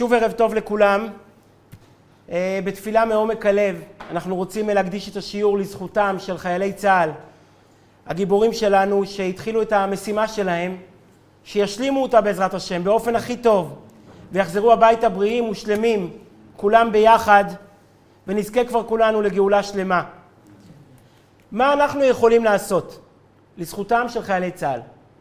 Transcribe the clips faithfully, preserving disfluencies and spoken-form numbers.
שוב ערב טוב לכולם. בתפילה מעומק הלב אנחנו רוצים להקדיש את השיעור לזכותם של חיילי צה"ל, הגיבורים שלנו שהתחילו את המשימה שלהם, שישלימו אותה בעזרת השם באופן הכי טוב ויחזרו הביתה בריאים ושלמים כולם ביחד, ונזכה כבר כולנו לגאולה שלמה. מה אנחנו יכולים לעשות לזכותם של חיילי צה"ל?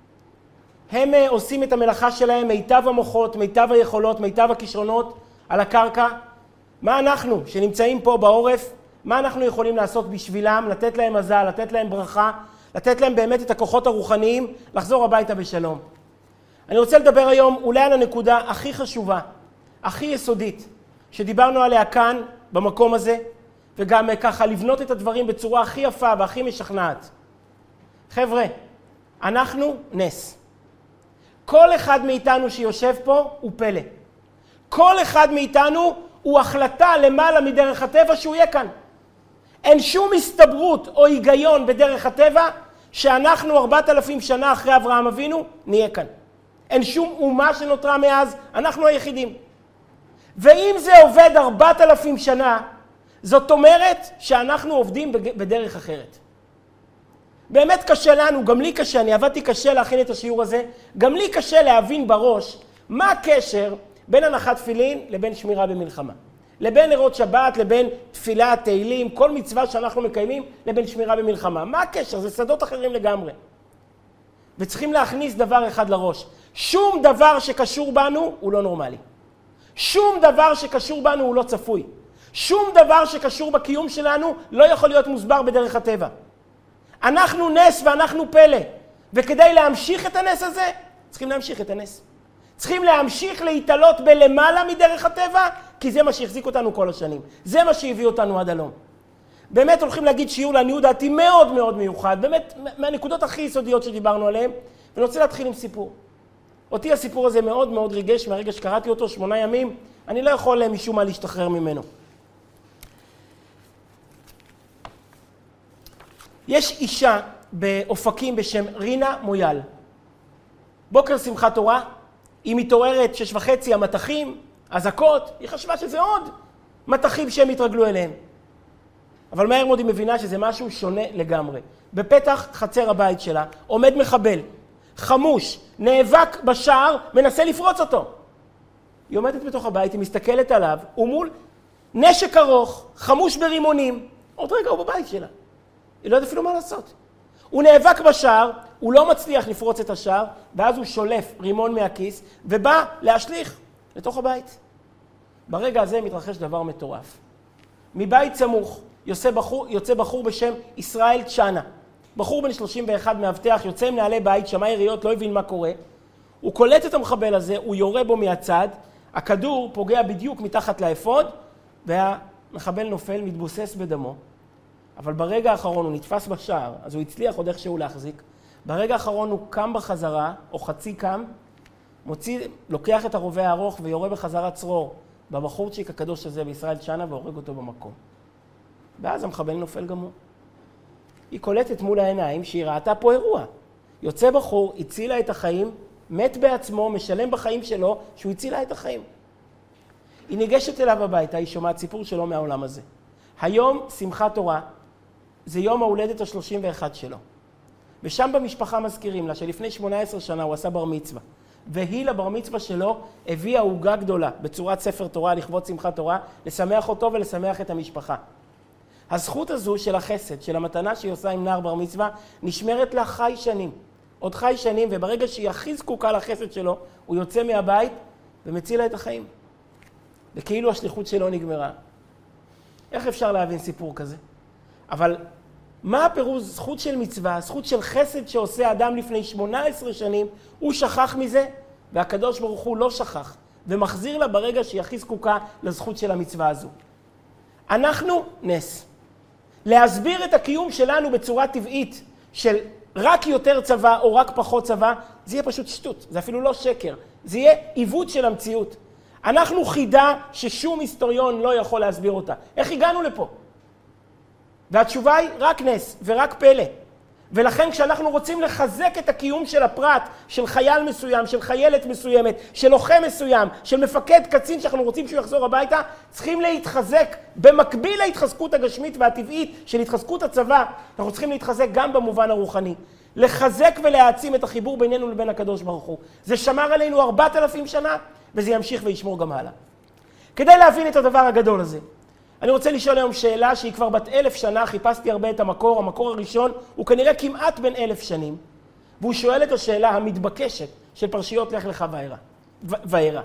הם עושים את המלאכה שלהם, מיטב המוחות, מיטב היכולות, מיטב הכישרונות על הקרקע. מה אנחנו שנמצאים פה בעורף, מה אנחנו יכולים לעשות בשבילם? לתת להם מזל, לתת להם ברכה, לתת להם באמת את הכוחות הרוחניים, לחזור הביתה בשלום. אני רוצה לדבר היום אולי על הנקודה הכי חשובה, הכי יסודית, שדיברנו עליה כאן, במקום הזה, וגם ככה לבנות את הדברים בצורה הכי יפה והכי משכנעת. חבר'ה, אנחנו נס. כל אחד מאיתנו שיושב פה הוא פלא. כל אחד מאיתנו הוא החלטה למעלה מדרך הטבע שהוא יהיה כאן. אין שום הסתברות או היגיון בדרך הטבע שאנחנו ארבעת אלפים שנה אחרי אברהם אבינו נהיה כאן. אין שום אומה שנותרה מאז, אנחנו היחידים. ואם זה עובד ארבעת אלפים שנה, זאת אומרת שאנחנו עובדים בדרך אחרת. באמת קשה לנו, גם לי קשה, אני עבדתי קשה להכין את השיעור הזה, גם לי קשה להבין בראש מה הקשר בין הנחת תפילין לבין שמירה במלחמה. לבין נרות שבת, לבין תפילה, תהילים, כל מצווה שאנחנו מקיימים לבין שמירה במלחמה. מה הקשר? זה שדות אחרים לגמרי. וצריכים להכניס דבר אחד לראש. שום דבר שקשור בנו הוא לא נורמלי. שום דבר שקשור בנו הוא לא צפוי. שום דבר שקשור בקיום שלנו לא יכול להיות מוסבר בדרך הטבע. אנחנו נס ואנחנו פלא. וכדי להמשיך את הנס הזה, צריכים להמשיך את הנס. צריכים להמשיך להתעלות בלמעלה מדרך הטבע, כי זה מה שהחזיק אותנו כל השנים. זה מה שהביא אותנו עד הלום. באמת הולכים להגיד שיעור לעניות דעתי מאוד מאוד מיוחד, באמת מהנקודות הכי יסודיות שדיברנו עליהן, ואני רוצה להתחיל עם סיפור. אותי הסיפור הזה מאוד מאוד ריגש מהרגע שקראתי אותו, שמונה ימים, אני לא יכול משום מה להשתחרר ממנו. יש אישה באופקים בשם רינה מויאל. בוקר שמחת תורה, היא מתעוררת שש וחצי, המתחים, הזקות, היא חשבה שזה עוד מתחים שהם התרגלו אליהם. אבל מהר מאוד היא מבינה שזה משהו שונה לגמרי. בפתח חצר הבית שלה עומד מחבל, חמוש, נאבק בשער, מנסה לפרוץ אותו. היא עומדת בתוך הבית, היא מסתכלת עליו, ומול נשק ארוך, חמוש ברימונים, עוד רגע הוא בבית שלה. היא לא יודעת אפילו מה לעשות. הוא נאבק בשער, הוא לא מצליח לפרוץ את השער, ואז הוא שולף רימון מהכיס, ובא להשליך לתוך הבית. ברגע הזה מתרחש דבר מטורף. מבית סמוך יוצא בחור, יוצא בחור בשם ישראל צ'אנה. בחור בן שלושים ואחת מאבטח, יוצא עם נעלי בית, שמע יריות, לא הבין מה קורה. הוא קולט את המחבל הזה, הוא יורה בו מהצד, הכדור פוגע בדיוק מתחת לאפוד, והמחבל נופל, מתבוסס בדמו. אבל ברגע האחרון הוא נתפס בשער, אז הוא הצליח עוד איכשהו להחזיק. ברגע האחרון הוא קם בחזרה, או חצי קם, מוציא, לוקח את הרובה הארוך ויורה בחזרה צרור בבחורצ'יק הקדוש הזה בישראל צ'אנה והורג אותו במקום. ואז המחבל נופל גם הוא. היא קולטת מול העיניים שהיא ראתה פה אירוע. יוצא בחור, הצילה את החיים, מת בעצמו, משלם בחיים שלו שהוא הצילה את החיים. היא ניגשת אליו הביתה, היא שומעת סיפור שלו מהעולם הזה. היום שמחת תורה, זה יום ההולדת ה-שלושים ואחת שלו. ושם במשפחה מזכירים לה שלפני שמונה עשרה שנה הוא עשה בר מצווה. והיא לבר מצווה שלו הביאה עוגה גדולה בצורת ספר תורה לכבוד שמחת תורה, לשמח אותו ולשמח את המשפחה. הזכות הזו של החסד, של המתנה שהיא עושה עם נער בר מצווה, נשמרת לה חי שנים. עוד חי שנים, וברגע שהיא הכי זקוקה לחסד שלו, הוא יוצא מהבית ומציל לה את החיים. וכאילו השליחות שלו נגמרה. איך אפשר להבין סיפור כזה? אבל מה הפירוש זכות של מצווה, זכות של חסד שעושה אדם לפני שמונה עשרה שנים, הוא שכח מזה, והקדוש ברוך הוא לא שכח, ומחזיר לה ברגע שהיא הכי זקוקה לזכות של המצווה הזו. אנחנו נס. להסביר את הקיום שלנו בצורה טבעית, של רק יותר צבא או רק פחות צבא, זה יהיה פשוט שטות, זה אפילו לא שקר, זה יהיה עיוות של המציאות. אנחנו חידה ששום היסטוריון לא יכול להסביר אותה. איך הגענו לפה? והתשובה היא רק נס ורק פלא. ולכן כשאנחנו רוצים לחזק את הקיום של הפרט, של חייל מסוים, של חיילת מסוימת, של לוחם מסוים, של מפקד קצין שאנחנו רוצים שהוא יחזור הביתה, צריכים להתחזק במקביל להתחזקות הגשמית והטבעית של התחזקות הצבא. אנחנו צריכים להתחזק גם במובן הרוחני. לחזק ולהעצים את החיבור בינינו לבין הקדוש ברוך הוא. זה שמר עלינו ארבעת אלפים שנה, וזה ימשיך וישמור גם הלאה. כדי להבין את הדבר הגדול הזה, אני רוצה לשאול היום שאלה שהיא כבר בת אלף שנה, חיפשתי הרבה את המקור, המקור הראשון הוא כנראה כמעט בין אלף שנים, והוא שואל את השאלה המתבקשת של פרשיות לך לך וארא.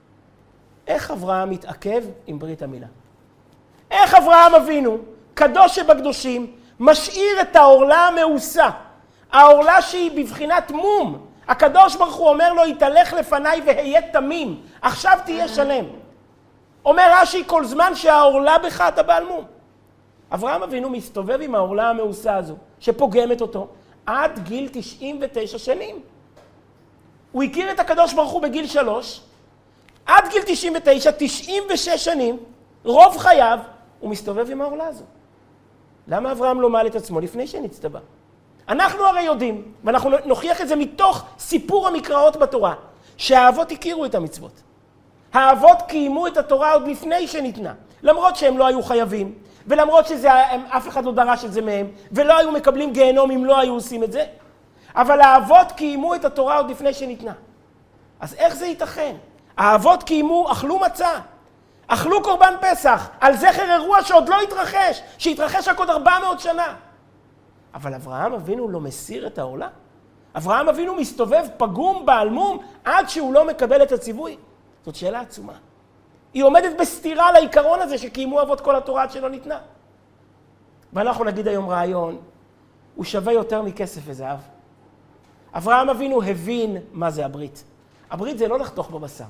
איך אברהם מתעכב עם ברית המילה? איך אברהם אבינו, קדוש שבקדושים, משאיר את העורלה המאוסה, העורלה שהיא בבחינת מום, הקדוש ברוך הוא אומר לו, יתהלך לפניי והיה תמים, עכשיו תהיה שלם. אומר רש"י, כל זמן שהעורלה בך אתה בעל מום. אברהם אבינו מסתובב עם העורלה המאוסה הזו, שפוגמת אותו, עד גיל תשעים ותשע שנים. הוא הכיר את הקדוש ברוך הוא בגיל שלוש, עד גיל תשעים ותשע, תשעים ושש שנים, רוב חייו, הוא מסתובב עם העורלה הזו. למה אברהם לא מעל את עצמו לפני שנצטווה? אנחנו הרי יודעים, ואנחנו נוכיח את זה מתוך סיפור המקראות בתורה, שהאבות הכירו את המצוות. האבות קיימו את התורה עוד לפני שניתנה, למרות שהם לא היו חייבים, ולמרות שאף אחד לא דרש את זה מהם, ולא היו מקבלים גיהנום אם לא היו עושים את זה, אבל האבות קיימו את התורה עוד לפני שניתנה. אז איך זה ייתכן? האבות קיימו, אכלו מצה, אכלו קורבן פסח, על זכר אירוע שעוד לא התרחש, שהתרחש רק עוד ארבע מאות שנה. אבל אברהם אבינו לא מסיר את העורלה? אברהם אבינו מסתובב פגום בעלמום עד שהוא לא מקבל את הציווי? זאת שאלה עצומה. היא עומדת בסתירה לעיקרון הזה שקיימו אבות כל התורה עד שלא ניתנה. ואנחנו נגיד היום רעיון, הוא שווה יותר מכסף וזהב. אברהם אבינו הבין מה זה הברית. הברית זה לא לחתוך בבשר.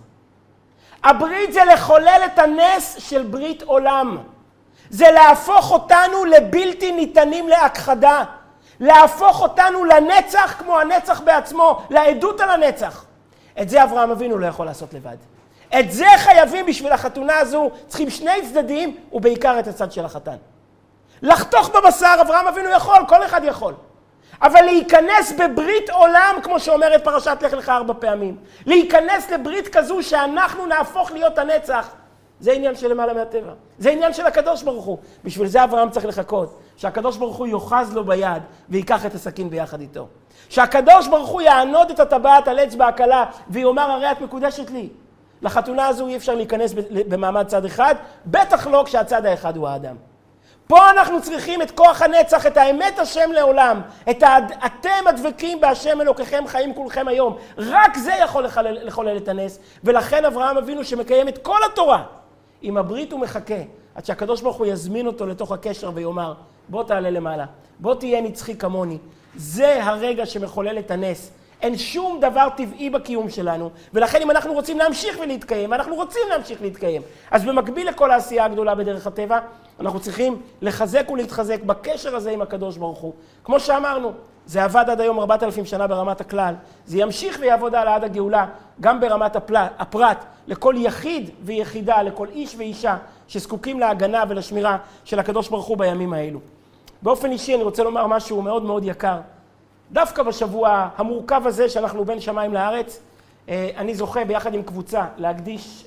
הברית זה לחולל את הנס של ברית עולם. זה להפוך אותנו לבלתי ניתנים להכחדה. להפוך אותנו לנצח כמו הנצח בעצמו, לעדות על הנצח. את זה אברהם אבינו לא יכול לעשות לבד. את זה חייבים בשביל החתונה הזו, צריכים שני צדדים ובעיקר את הצד של החתן. לחתוך בבשר אברהם אבינו יכול, כל אחד יכול. אבל להיכנס בברית עולם, כמו שאומרת פרשת לך לך ארבע פעמים, להיכנס לברית כזו שאנחנו נהפוך להיות הנצח, זה עניין של למעלה מהטבע. זה עניין של הקדוש ברוך הוא. בשביל זה אברהם צריך לחכות, שהקדוש ברוך הוא יוחז לו ביד ויקח את הסכין ביחד איתו. שהקדוש ברוך הוא יענוד את הטבעת על אצבע הקלה ויאמר, הרי את מקודשת לי. לחתונה הזו אי אפשר להיכנס במעמד צד אחד, בטח לא כשהצד האחד הוא האדם. פה אנחנו צריכים את כוח הנצח, את האמת השם לעולם, את אתם הדבקים בהשם אלוקיכם חיים כולכם היום. רק זה יכול לחולל, לחולל את הנס, ולכן אברהם אבינו שמקיים את כל התורה, עם הברית הוא מחכה, עד שהקדוש ברוך הוא יזמין אותו לתוך הקשר ויאמר, בוא תעלה למעלה, בוא תהיה נצחי כמוני. זה הרגע שמחולל את הנס. אין שום דבר טבעי בקיום שלנו, ולכן אם אנחנו רוצים להמשיך ולהתקיים, אנחנו רוצים להמשיך להתקיים. אז במקביל לכל העשייה הגדולה בדרך הטבע, אנחנו צריכים לחזק ולהתחזק בקשר הזה עם הקדוש ברוך הוא. כמו שאמרנו, זה עבד עד היום ארבעת אלפים שנה ברמת הכלל, זה ימשיך ויעבוד על עד הגאולה, גם ברמת הפרט, לכל יחיד ויחידה, לכל איש ואישה, שזקוקים להגנה ולשמירה של הקדוש ברוך הוא בימים האלו. באופן אישי אני רוצה לומר משהו מאוד מאוד יקר. דווקא בשבוע המורכב הזה שאנחנו בין שמיים לארץ, אני זוכה ביחד עם קבוצה להקדיש,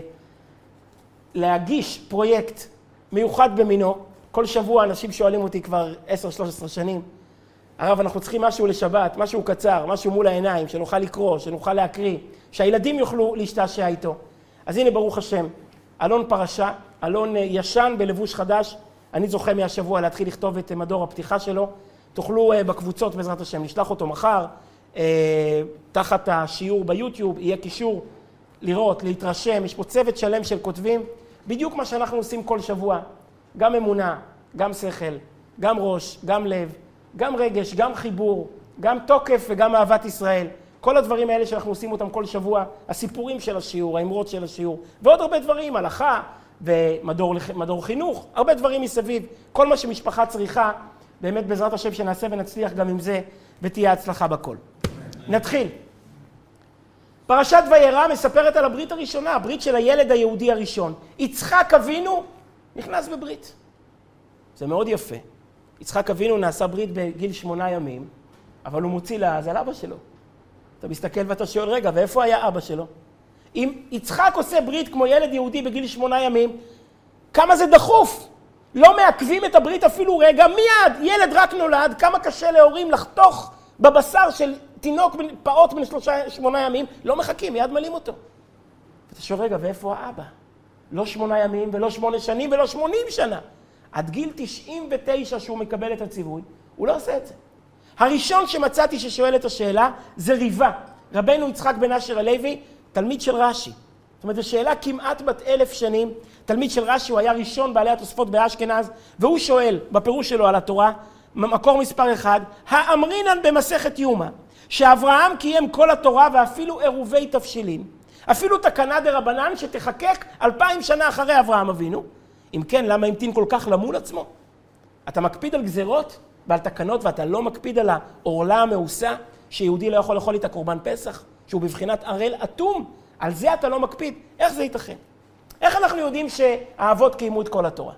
להגיש פרויקט מיוחד במינו. כל שבוע אנשים שואלים אותי כבר עשר שלוש עשרה שנים, הרב, אנחנו צריכים משהו לשבת, משהו קצר, משהו מול העיניים, שנוכל לקרוא, שנוכל להקריא, שהילדים יוכלו להשתעשע איתו. אז הנה ברוך השם, אלון פרשה, אלון ישן בלבוש חדש, אני זוכה מהשבוע להתחיל לכתוב את מדור הפתיחה שלו, תוכלו בקבוצות בעזרת השם, נשלח אותו מחר, תחת השיעור ביוטיוב, יהיה קישור לראות, להתרשם, יש פה צוות שלם של כותבים, בדיוק מה שאנחנו עושים כל שבוע, גם אמונה, גם שכל, גם ראש, גם לב, גם רגש, גם חיבור, גם תוקף וגם אהבת ישראל. כל הדברים האלה שאנחנו עושים אותם כל שבוע, הסיפורים של השיעור, האמרות של השיעור, ועוד הרבה דברים, הלכה ומדור מדור חינוך, הרבה דברים מסביב, כל מה שמשפחה צריכה, באמת בעזרת השם שנעשה ונצליח גם עם זה, ותהיה הצלחה בכל. נתחיל. פרשת וירא מספרת על הברית הראשונה, הברית של הילד היהודי הראשון. יצחק אבינו נכנס בברית. זה מאוד יפה. יצחק אבינו נעשה ברית בגיל שמונה ימים, אבל הוא מוציא לעז על אבא שלו. אתה מסתכל ואתה שואל, רגע, ואיפה היה אבא שלו? אם יצחק עושה ברית כמו ילד יהודי בגיל שמונה ימים, כמה זה דחוף? לא מעכבים את הברית אפילו רגע, מיד, ילד רק נולד, כמה קשה להורים לחתוך בבשר של תינוק פעוט בן שלושה, שמונה ימים, לא מחכים, מיד מלאים אותו. אתה שואל, רגע, ואיפה האבא? לא שמונה ימים ולא שמונה שנים ולא שמונים שנה. עד גיל תשעים ותשע שהוא מקבל את הציווי, הוא לא עושה את זה. הראשון שמצאתי ששואל את השאלה זה ריבה. רבנו יצחק בן אשר הלוי, תלמיד של רש"י. זאת אומרת, זו שאלה כמעט בת אלף שנים. תלמיד של רש"י, הוא היה ראשון בעלי התוספות באשכנז, והוא שואל בפירוש שלו על התורה, מקור מספר אחד, האמרינן במסכת יומא, שאברהם קיים כל התורה ואפילו עירובי תבשילין. אפילו תקנה דרבנן שתחקק אלפיים שנה אחרי אברהם אבינו. אם כן, למה המתין כל כך למול עצמו? אתה מקפיד על גזירות ועל תקנות, ואתה לא מקפיד על העורלה המאוסה, שיהודי לא יכול לאכול איתה קורבן פסח, שהוא בבחינת ערל אטום. על זה אתה לא מקפיד. איך זה ייתכן? איך אנחנו יודעים שהאבות קיימו את כל התורה?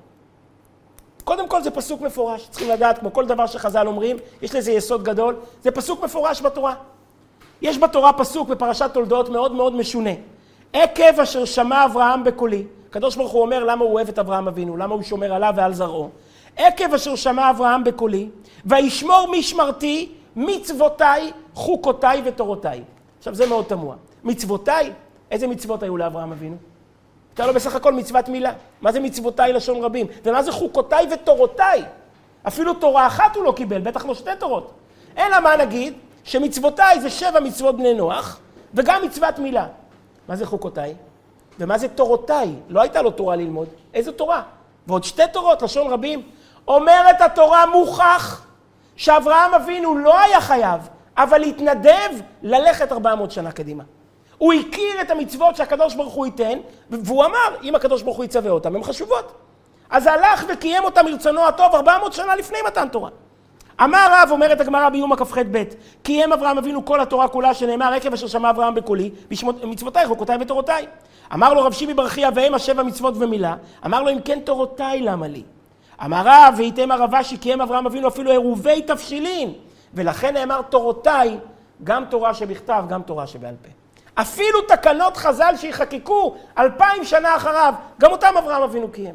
קודם כל זה פסוק מפורש. צריכים לדעת, כמו כל דבר שחז"ל אומרים, יש לזה יסוד גדול, זה פסוק מפורש בתורה. יש בתורה פסוק בפרשת תולדות מאוד מאוד משונה. עקב אשר שמע אברהם בקולי. הקדוש ברוך הוא אומר למה הוא אוהב את אברהם אבינו, למה הוא שומר עליו ועל זרעו. עקב אשר שמע אברהם בקולי, וישמור משמרתי מצוותיי, חוקותיי ותורותיי. עכשיו זה מאוד תמוה. מצוותיי, איזה מצוות היו לאברהם אבינו? אתה לא בסך הכל מצוות מילה. מה זה מצוותיי לשון רבים? ומה זה חוקותיי ותורותיי? אפילו תורה אחת הוא לא קיבל, בטח לא שתי תורות. אלא מה נגיד? שמצוותיי זה שבע מצוות בני נוח, וגם מצוות מילה. מה זה חוקותיי? ומה זה תורותיי? לא הייתה לו תורה ללמוד. איזו תורה? ועוד שתי תורות, לשון רבים. אומרת התורה מוכח שאברהם אבינו לא היה חייב, אבל התנדב ללכת ארבע מאות שנה קדימה. הוא הכיר את המצוות שהקדוש ברוך הוא ייתן, והוא אמר, אם הקדוש ברוך הוא יצווה אותם, הן חשובות. אז הלך וקיים אותם מרצונו הטוב ארבע מאות שנה לפני מתן תורה. אמר רב, אומרת הגמרא ביומא כ"ח ב', קיים אברהם אבינו כל התורה כולה שנאמר, עקב אשר שמע אברהם בקולי, מצוותיי, חוקותיי ותורותיי. אמר לו רב שימי בר חייא, והם השבע מצוות ומילה. אמר לו, אם כן תורותיי למה לי? אמר רב, והייתם הרבה שקיים אברהם אבינו אפילו עירובי תבשילין, ולכן נאמר תורותיי, גם תורה שבכתב, גם תורה שבעל פה. אפילו תקנות חז"ל שיחקקו אלפיים שנה אחריו, גם אותם אברהם אבינו קיים.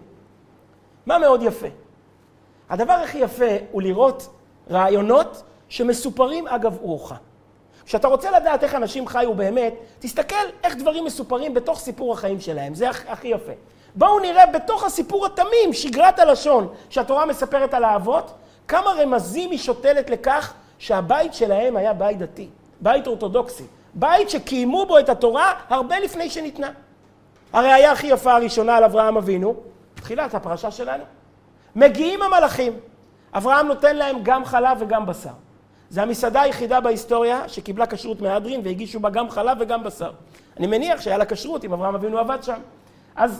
מה מאוד יפה? הדבר הכי יפה הוא לראות רעיונות שמסופרים אגב אורחה. כשאתה רוצה לדעת איך אנשים חיו באמת, תסתכל איך דברים מסופרים בתוך סיפור החיים שלהם, זה הכי יפה. בואו נראה בתוך הסיפור התמים, שגרת הלשון, שהתורה מספרת על האבות, כמה רמזים היא שותלת לכך שהבית שלהם היה בית דתי, בית אורתודוקסי, בית שקיימו בו את התורה הרבה לפני שניתנה. הראיה הכי יפה הראשונה על אברהם אבינו, תחילת הפרשה שלנו. מגיעים המלאכים, אברהם נותן להם גם חלב וגם בשר. זה המסעדה היחידה בהיסטוריה שקיבלה כשרות מהדרין והגישו בה גם חלב וגם בשר. אני מניח שהיה לה כשרות אם אברהם אבינו עבד שם. אז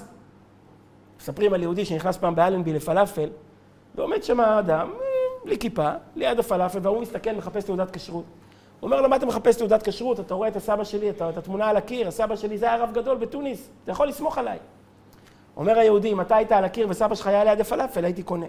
מספרים על יהודי שנכנס פעם באלנבי לפלאפל, ועומד שם האדם, בלי כיפה, ליד הפלאפל, והוא מסתכל מחפש תעודת כשרות. הוא אומר לו, מה אתה מחפש תעודת כשרות? אתה רואה את הסבא שלי, אתה, את התמונה על הקיר, הסבא שלי זה היה רב גדול בתוניס, אתה יכול לסמוך עליי. אומר היהודי, אם אתה היית על הקיר וסבא שלך היה ליד הפלאפל, הייתי קונה.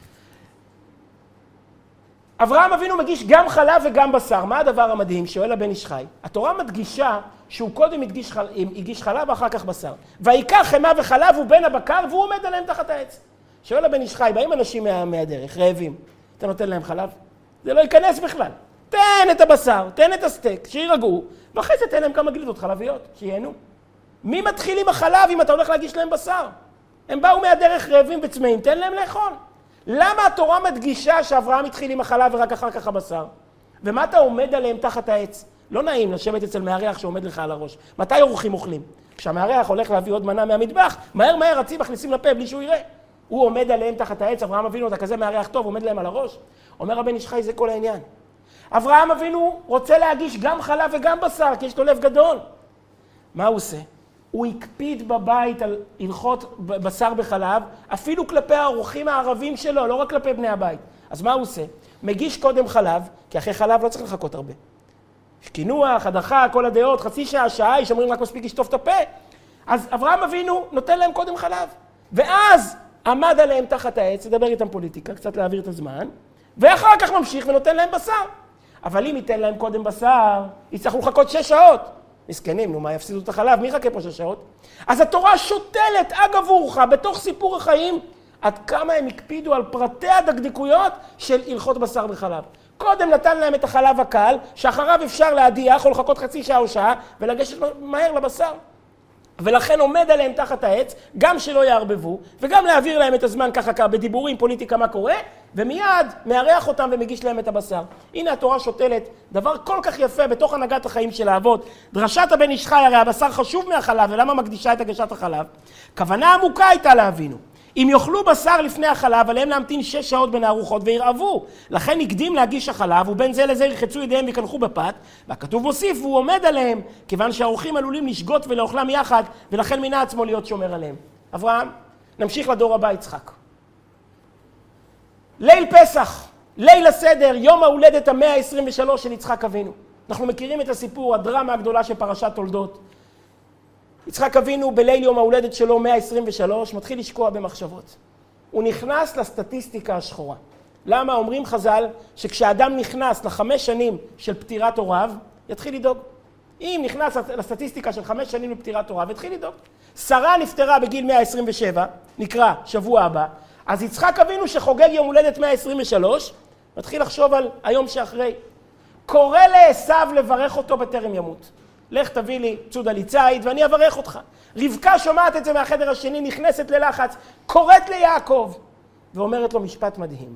אברהם אבינו מגיש גם חלב וגם בשר. מה הדבר המדהים? שואל הבן איש חי. התורה מדגישה שהוא קודם הגיש, חל... הגיש חלב ואחר כך בשר. ויקח חמאה וחלב ובין הבקר והוא עומד עליהם תחת העץ. שואל הבן איש חי, באים אנשים מה... מהדרך, רעבים. אתה נותן להם חלב? זה לא ייכנס בכלל. תן את הבשר, תן את הסטייק, שירגעו, ואחרי זה תן להם כמה גלידות חלביות, שייהנו. מי מתחיל עם החלב אם אתה הולך להגיש להם בשר? הם באו מהדרך רעבים וצמאים, תן להם לאכול. למה התורה מדגישה שאברהם התחיל עם החלב ורק אחר כך הבשר? ומה אתה עומד עליהם תחת העץ? לא נעים לשבת אצל מארח שעומד לך על הראש. מתי אורחים אוכלים? כשהמארח הולך להביא עוד מנה מהמטבח, מהר מהר רצים מכניסים לפה בלי שהוא יראה. הוא עומד עליהם תחת העץ, אברהם אבינו, אתה כזה מארח טוב, עומד להם על הראש. אומר הבן איש חי, זה כל העניין. אברהם אבינו רוצה להגיש גם חלב וגם בשר, כי יש לו לב גדול. מה הוא עושה? הוא הקפיד בבית על הלכות בשר בחלב, אפילו כלפי האורחים הערבים שלו, לא רק כלפי בני הבית. אז מה הוא עושה? מגיש קודם חלב, כי אחרי חלב לא צריך לחכות הרבה. קינוח, הדחה, כל הדעות, חצי שעה, שעה, יש אומרים רק מספיק לשטוף את הפה. אז אברהם אבינו נותן להם קודם חלב. ואז עמד עליהם תחת העץ, לדבר איתם פוליטיקה, קצת להעביר את הזמן, ואחר כך ממשיך ונותן להם בשר. אבל אם ייתן להם קודם בשר, יצטרכו לחכות שש שעות. מסכנים, נו, מה יפסידו את החלב? מי יחכה פה שש שעות? אז התורה שותלת אגב אורך בתוך סיפור החיים, עד כמה הם הקפידו על פרטי הדקדקויות של הלכות בשר וחלב. קודם נתן להם את החלב הקל, שאחריו אפשר להדיח או לחכות חצי שעה או שעה, ולגשת מהר לבשר. ולכן עומד עליהם תחת העץ, גם שלא יערבבו, וגם להעביר להם את הזמן ככה בדיבורים, פוליטיקה, מה קורה, ומיד מארח אותם ומגיש להם את הבשר. הנה התורה שותלת דבר כל כך יפה בתוך הנהגת החיים של האבות. דרשת הבן איש חי, הרי הבשר חשוב מהחלב, ולמה מקדישה את הגשת החלב? כוונה עמוקה הייתה להבינו. אם יאכלו בשר לפני החלב, עליהם להמתין שש שעות בין הארוחות וירעבו. לכן הקדים להגיש החלב, ובין זה לזה ירחצו ידיהם ויקנחו בפת, והכתוב מוסיף, והוא עומד עליהם, כיוון שהאורחים עלולים לשגות ולאוכלם יחד, ולכן מינה עצמו להיות שומר עליהם. אברהם, נמשיך לדור הבא, יצחק. ליל פסח, ליל הסדר, יום ההולדת המאה ה-עשרים ושלוש של יצחק אבינו. אנחנו מכירים את הסיפור, הדרמה הגדולה של פרשת תולדות. יצחק אבינו בליל יום ההולדת שלו מאה עשרים ושלוש מתחיל לשקוע במחשבות. הוא נכנס לסטטיסטיקה השחורה. למה? אומרים חז"ל שכשאדם נכנס לחמש שנים של פטירת הוריו, יתחיל לדאוג. אם נכנס לסטטיסטיקה של חמש שנים לפטירת הוריו, יתחיל לדאוג. שרה נפטרה בגיל מאה עשרים ושבע, נקרא שבוע הבא, אז יצחק אבינו שחוגג יום הולדת מאה עשרים ושלוש, מתחיל לחשוב על היום שאחרי. קורא לעשיו לברך אותו בטרם ימות. לך תביא לי צודה לי ציד ואני אברך אותך. רבקה שומעת את זה מהחדר השני, נכנסת ללחץ, קוראת ליעקב ואומרת לו משפט מדהים.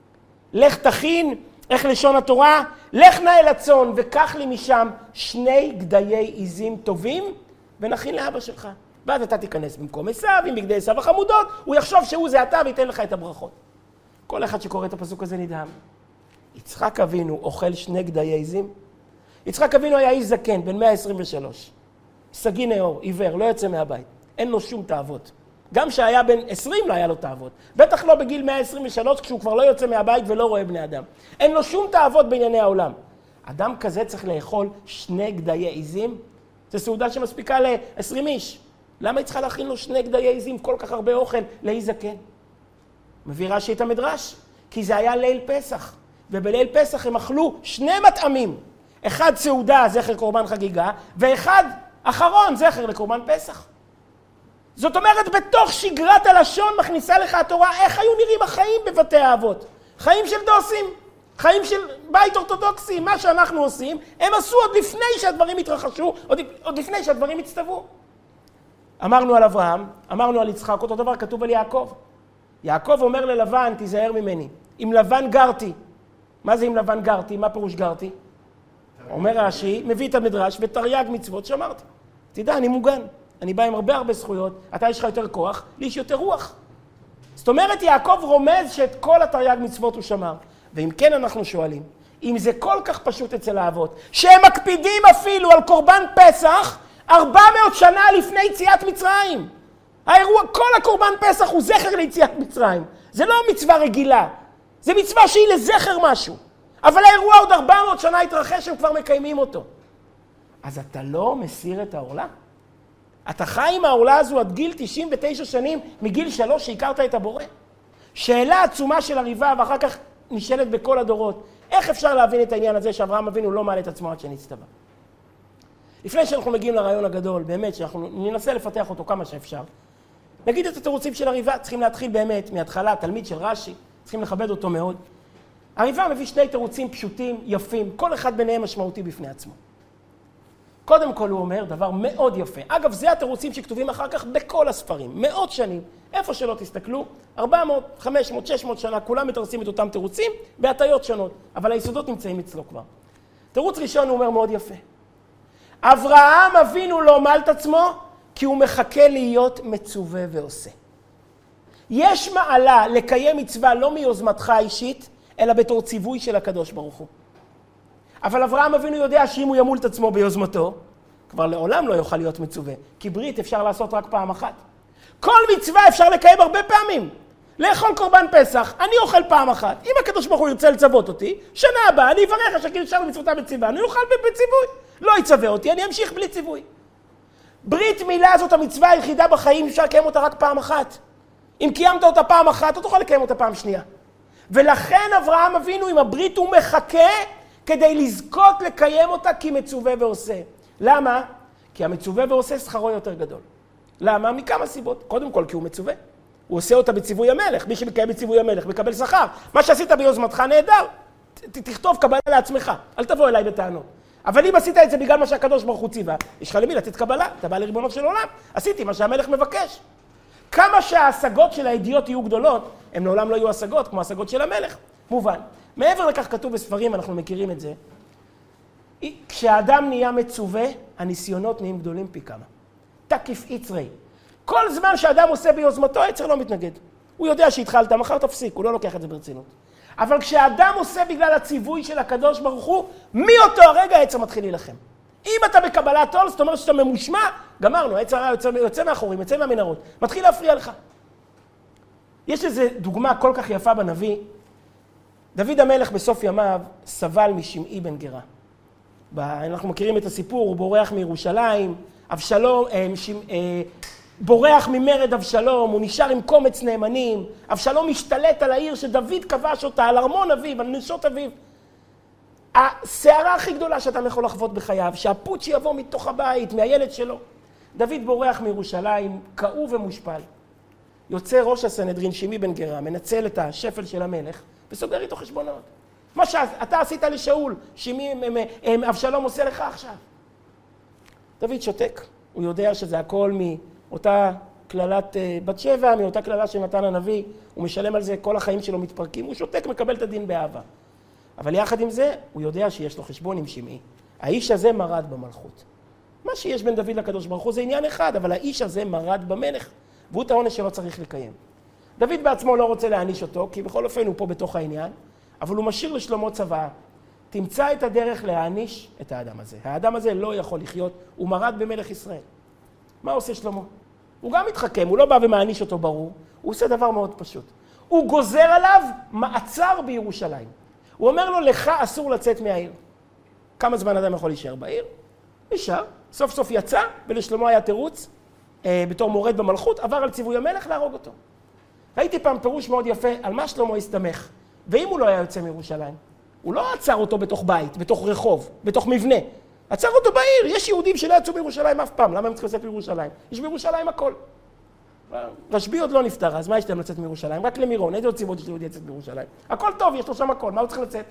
לך תכין, איך לשון התורה? לך נא אל הצאן וקח לי משם שני גדיי עיזים טובים ונכין לאבא שלך. ואז אתה תיכנס במקום עשיו, עם בגדי עשיו החמודות, הוא יחשוב שהוא זה אתה וייתן לך את הברכות. כל אחד שקורא את הפסוק הזה נדהם. יצחק אבינו אוכל שני גדיי עיזים? יצחק אבינו היה איש זקן, בן מאה עשרים ושלוש. סגי נאור, עיוור, לא יוצא מהבית. אין לו שום תאוות. גם שהיה בן עשרים לא היה לו תאוות. בטח לא בגיל מאה עשרים ושלוש, כשהוא כבר לא יוצא מהבית ולא רואה בני אדם. אין לו שום תאוות בענייני העולם. אדם כזה צריך לאכול שני גדיי עיזים? זו סעודה שמספיקה ל-עשרים איש. למה היא צריכה להכין לו שני גדיי עיזים, כל כך הרבה אוכל, לאיש זקן? מביא רש"י את המדרש, כי זה היה ליל פסח. ובליל פסח הם אכלו שני מטעמים. אחד סעודה, זכר קורבן חגיגה, ואחד אחרון, זכר לקורבן פסח. זאת אומרת, בתוך שגרת הלשון מכניסה לך התורה, איך היו נראים החיים בבתי האבות. חיים של דוסים, חיים של בית אורתודוקסי, מה שאנחנו עושים, הם עשו עוד לפני שהדברים התרחשו, עוד, עוד לפני שהדברים הצטוו. אמרנו על אברהם, אמרנו על יצחק, אותו דבר כתוב על יעקב. יעקב אומר ללבן, תיזהר ממני. עם לבן גרתי. מה זה עם לבן גרתי? מה פירוש גרתי? אומר רש"י, מביא את המדרש, ותרי"ג מצוות שמרתי. תדע, אני מוגן. אני בא עם הרבה הרבה זכויות, אתה יש לך יותר כוח, לי יש יותר רוח. זאת אומרת, יעקב רומז שאת כל התרי"ג מצוות הוא שמר. ואם כן אנחנו שואלים, אם זה כל כך פשוט אצל האבות, שהם מקפידים אפילו על קורבן פסח, ארבע מאות שנה לפני יציאת מצרים. האירוע, כל הקורבן פסח הוא זכר ליציאת מצרים. זה לא מצווה רגילה, זה מצווה שהיא לזכר משהו. אבל האירוע עוד ארבע מאות שנה התרחש, הם כבר מקיימים אותו. אז אתה לא מסיר את העורלה? אתה חי עם העורלה הזו עד גיל תשעים ותשע שנים, מגיל שלוש שהכרת את הבורא? שאלה עצומה של הריבה, ואחר כך נשאלת בכל הדורות. איך אפשר להבין את העניין הזה שאברהם אבינו לא מעלה את עצמו עד שנצטווה? לפני שאנחנו מגיעים לרעיון הגדול, באמת, שאנחנו ננסה לפתח אותו כמה שאפשר, נגיד את התירוצים של הריבה, צריכים להתחיל באמת מההתחלה, תלמיד של רש"י, צריכים לכבד אותו מאוד. הריבה מביא שני תירוצים פשוטים, יפים, כל אחד ביניהם משמעותי בפני עצמו. קודם כל הוא אומר דבר מאוד יפה. אגב, זה התירוצים שכתובים אחר כך בכל הספרים, מאות שנים. איפה שלא תסתכלו, ארבע מאות, חמש מאות, שש מאות שנה, כולם מתרצים את אותם תירוצים בהטיות שונות, אבל היסודות נמצאים אצלו כבר. תירוץ ראשון הוא אומר מאוד יפה. אברהם אבינו לא מל את עצמו, כי הוא מחכה להיות מצווה ועושה. יש מעלה לקיים מצווה לא מיוזמתך האישית, אלא בתור ציווי של הקדוש ברוך הוא. אבל אברהם אבינו יודע שאם הוא ימול את עצמו ביוזמתו, כבר לעולם לא יוכל להיות מצווה, כי ברית אפשר לעשות רק פעם אחת. כל מצווה אפשר לקיים הרבה פעמים. לאכול קורבן פסח, אני אוכל פעם אחת. אם הקדוש ברוך הוא ירצה לצוות אותי, שנה הבאה אני אברך אשר קידשנו מצוותיו בציווה, אני אוכל בציווי. לא יצווה אותי, אני אמשיך בלי ציווי. ברית מילה זאת המצווה היחידה בחיים, אפשר לקיים אותה רק פעם אחת. אם קיימת אותה פעם אחת, אתה תוכל לקיים אותה פעם שנייה. ולכן אברהם אבינו עם הברית הוא מחכה כדי לזכות לקיים אותה כי מצווה ועושה. למה? כי המצווה ועושה שכרו יותר גדול. למה? מכמה סיבות. קודם כל כי הוא מצווה. הוא עושה אותה בציווי המלך. מי שמקיים בציווי המלך מקבל שכר. מה שעשית ביוזמתך נהדר. תכתוב קבלה לעצמך. אל תבוא אליי בטענות. אבל אם עשית את זה בגלל מה שהקדוש ברוך הוא ציווה, יש לך למי לתת קבלה. אתה בא לריבונו של עולם. עשיתי מה שהמלך מבקש. כמה שההשגות של הידיעות יהיו גדולות, הם לעולם לא יהיו השגות כמו השגות של המלך. מובן. מעבר לכך כתוב בספרים, אנחנו מכירים את זה. כשהאדם נהיה מצווה, הניסיונות נהיים גדולים פי כמה. תקיף יצרי. כל זמן שאדם עושה ביוזמתו, היצר לא מתנגד. הוא יודע שהתחלת, מחר תפסיק, הוא לא לוקח את זה ברצינות. אבל כשהאדם עושה בגלל הציווי של הקדוש ברוך הוא, מאותו הרגע היצר מתחיל להילחם. אם אתה בקבלת עול, זאת אומרת שאתה ממושמע, גמרנו, היצר יוצא, יוצא מאחורים, יוצא מהמנהרות, מתחיל להפריע לך. יש איזו דוגמה כל כך יפה בנביא. דוד המלך בסוף ימיו סבל משמעי בן גרה. אנחנו מכירים את הסיפור, הוא בורח מירושלים, אבשלום, בורח ממרד אבשלום, הוא נשאר עם קומץ נאמנים, אבשלום משתלט על העיר שדוד כבש אותה, על ארמון אביו, על נשות אביו. הסערה הכי גדולה שאתה יכול לחוות בחייו, שהפוט שיבוא מתוך הבית, מהילד שלו. דוד בורח מירושלים, כאוב ומושפל. יוצא ראש הסנהדרין, שמעי בן גרה, מנצל את השפל של המלך, וסוגר איתו חשבונות. מה שאתה עשית לשאול, שמעי אבשלום עושה לך עכשיו. דוד שותק, הוא יודע שזה הכל מאותה כללת בת שבע, מאותה כללה שנתן הנביא, הוא משלם על זה, כל החיים שלו מתפרקים, הוא שותק, מקבל את הדין באהבה. אבל יחד עם זה, הוא יודע שיש לו חשבון עם שמעי. האיש הזה מרד במלכות. מה שיש בין דוד לקדוש ברוך הוא זה עניין אחד, אבל האיש הזה מרד במלך, והוא את העונש שלו צריך לקיים. דוד בעצמו לא רוצה להעניש אותו, כי בכל אופן הוא פה בתוך העניין, אבל הוא משאיר לשלמה צבא, תמצא את הדרך להעניש את האדם הזה. האדם הזה לא יכול לחיות, הוא מרד במלך ישראל. מה עושה שלמה? הוא גם מתחכם, הוא לא בא ומעניש אותו ברור, הוא עושה דבר מאוד פשוט. הוא גוזר עליו מעצר בירושלים. הוא אומר לו, לך אסור לצאת מהעיר. כמה זמן אדם יכול להישאר בעיר? נשאר, סוף סוף יצא, ולשלמה היה תירוץ, אה, בתור מורד במלכות, עבר על ציווי המלך להרוג אותו. ראיתי פעם פירוש מאוד יפה על מה שלמה הסתמך. ואם הוא לא היה יוצא מירושלים, הוא לא עצר אותו בתוך בית, בתוך רחוב, בתוך מבנה. עצר אותו בעיר. יש יהודים שלא יצאו מירושלים אף פעם. למה הם צריכים לצאת מירושלים? יש בירושלים הכל. רשב"י עוד לא נפטר, אז מה יש להם לצאת מירושלים? רק למירון, איזה עוד סיבות יש ליהודי לצאת מירושלים? הכל טוב, יש לו שם הכל, מה הוא צריך לצאת?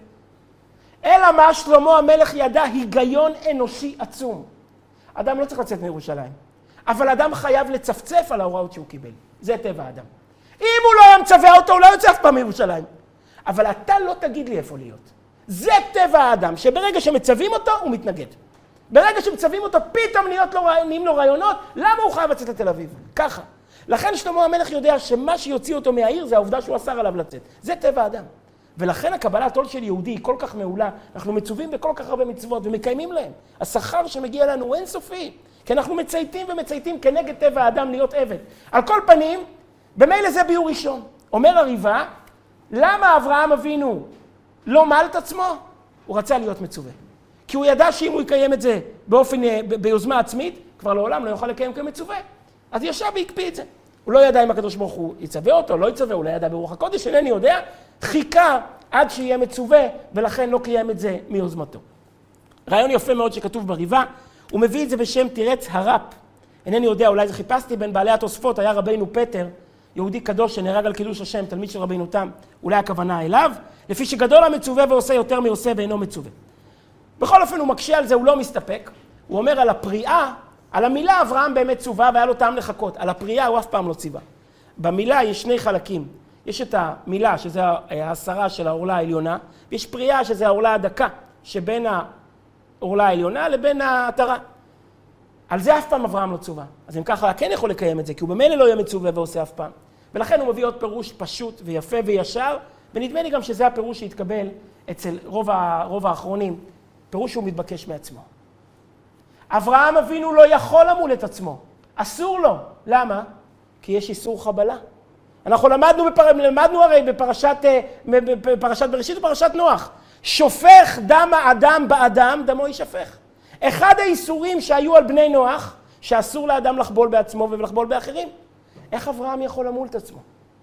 אלא מה שלמה המלך ידע היגיון אנושי עצום. אדם לא צריך לצאת מירושלים, אבל אדם חייב לצפצף על ההוראות שהוא קיבל. זה טבע האדם. אם הוא לא היה מצווה אותו, הוא לא יוצא אף פעם מירושלים. אבל אתה לא תגיד לי איפה להיות. זה טבע האדם, שברגע שמצווים אותו, הוא מתנגד. ברגע שמצווים אותו, פתאום נהיים לו רעיונות, למה הוא חייב לצאת לתל אביב? ככה. לכן שלמה המלך יודע שמה שיוציא אותו מהעיר זה העובדה שהוא אסר עליו לצאת. זה טבע האדם. ולכן הקבלת עול של יהודי היא כל כך מעולה. אנחנו מצווים בכל כך הרבה מצוות ומקיימים להם. השכר שמגיע לנו הוא אינסופי. כי אנחנו מצייתים ומצייתים כנגד טבע האדם להיות עבד. על כל פנים, במילא זה ביור ראשון. אומר הריבה, למה אברהם אבינו לא מעל את עצמו? הוא רצה להיות מצווה. כי הוא ידע שאם הוא יקיים את זה באופן, ביוזמה עצמית, כבר לעולם לא יוכל לקיים כמצווה. אז ישב והקפיא את זה. הוא לא ידע אם הקדוש ברוך הוא יצווה אותו, לא יצווה, הוא לא ידע ברוח הקודש, אינני יודע, חיכה עד שיהיה מצווה, ולכן לא קיים את זה מיוזמתו. רעיון יפה מאוד שכתוב בריבה, הוא מביא את זה בשם תירץ הרב. אינני יודע, אולי זה חיפשתי בין בעלי התוספות, היה רבינו פטר, יהודי קדוש שנהרג על קידוש השם, תלמיד של רבינו תם, אולי הכוונה אליו, לפי שגדול המצווה ועושה יותר מעושה ואינו מצווה. בכל אופן הוא מקשה על זה, הוא לא מסתפק, הוא אומר על הפריאה, על המילה אברהם באמת צווה והיה לו טעם לחכות, על הפריאה הוא אף פעם לא ציווה. במילה יש שני חלקים, יש את המילה שזה העשרה של העורלה העליונה, ויש פריאה שזה העורלה הדקה שבין העורלה העליונה לבין העטרה. על זה אף פעם אברהם לא צווה. אז אם ככה כן יכול לקיים את זה, כי הוא במילא לא יהיה מצווה ועושה אף פעם. ולכן הוא מביא עוד פירוש פשוט ויפה וישר, ונדמה לי גם שזה הפירוש שהתקבל אצל רוב, ה... רוב האחרונים, פירוש שהוא מתבקש מעצמו. אברהם אבינו לא יכול למול את עצמו, אסור לו. למה? כי יש איסור חבלה. אנחנו למדנו, בפר... למדנו הרי בפרשת, בפרשת בראשית ופרשת נוח. שופך דם האדם באדם, דמו יישפך. אחד האיסורים שהיו על בני נוח, שאסור לאדם לחבול בעצמו ולחבול באחרים. איך אברהם יכול למול את עצמו?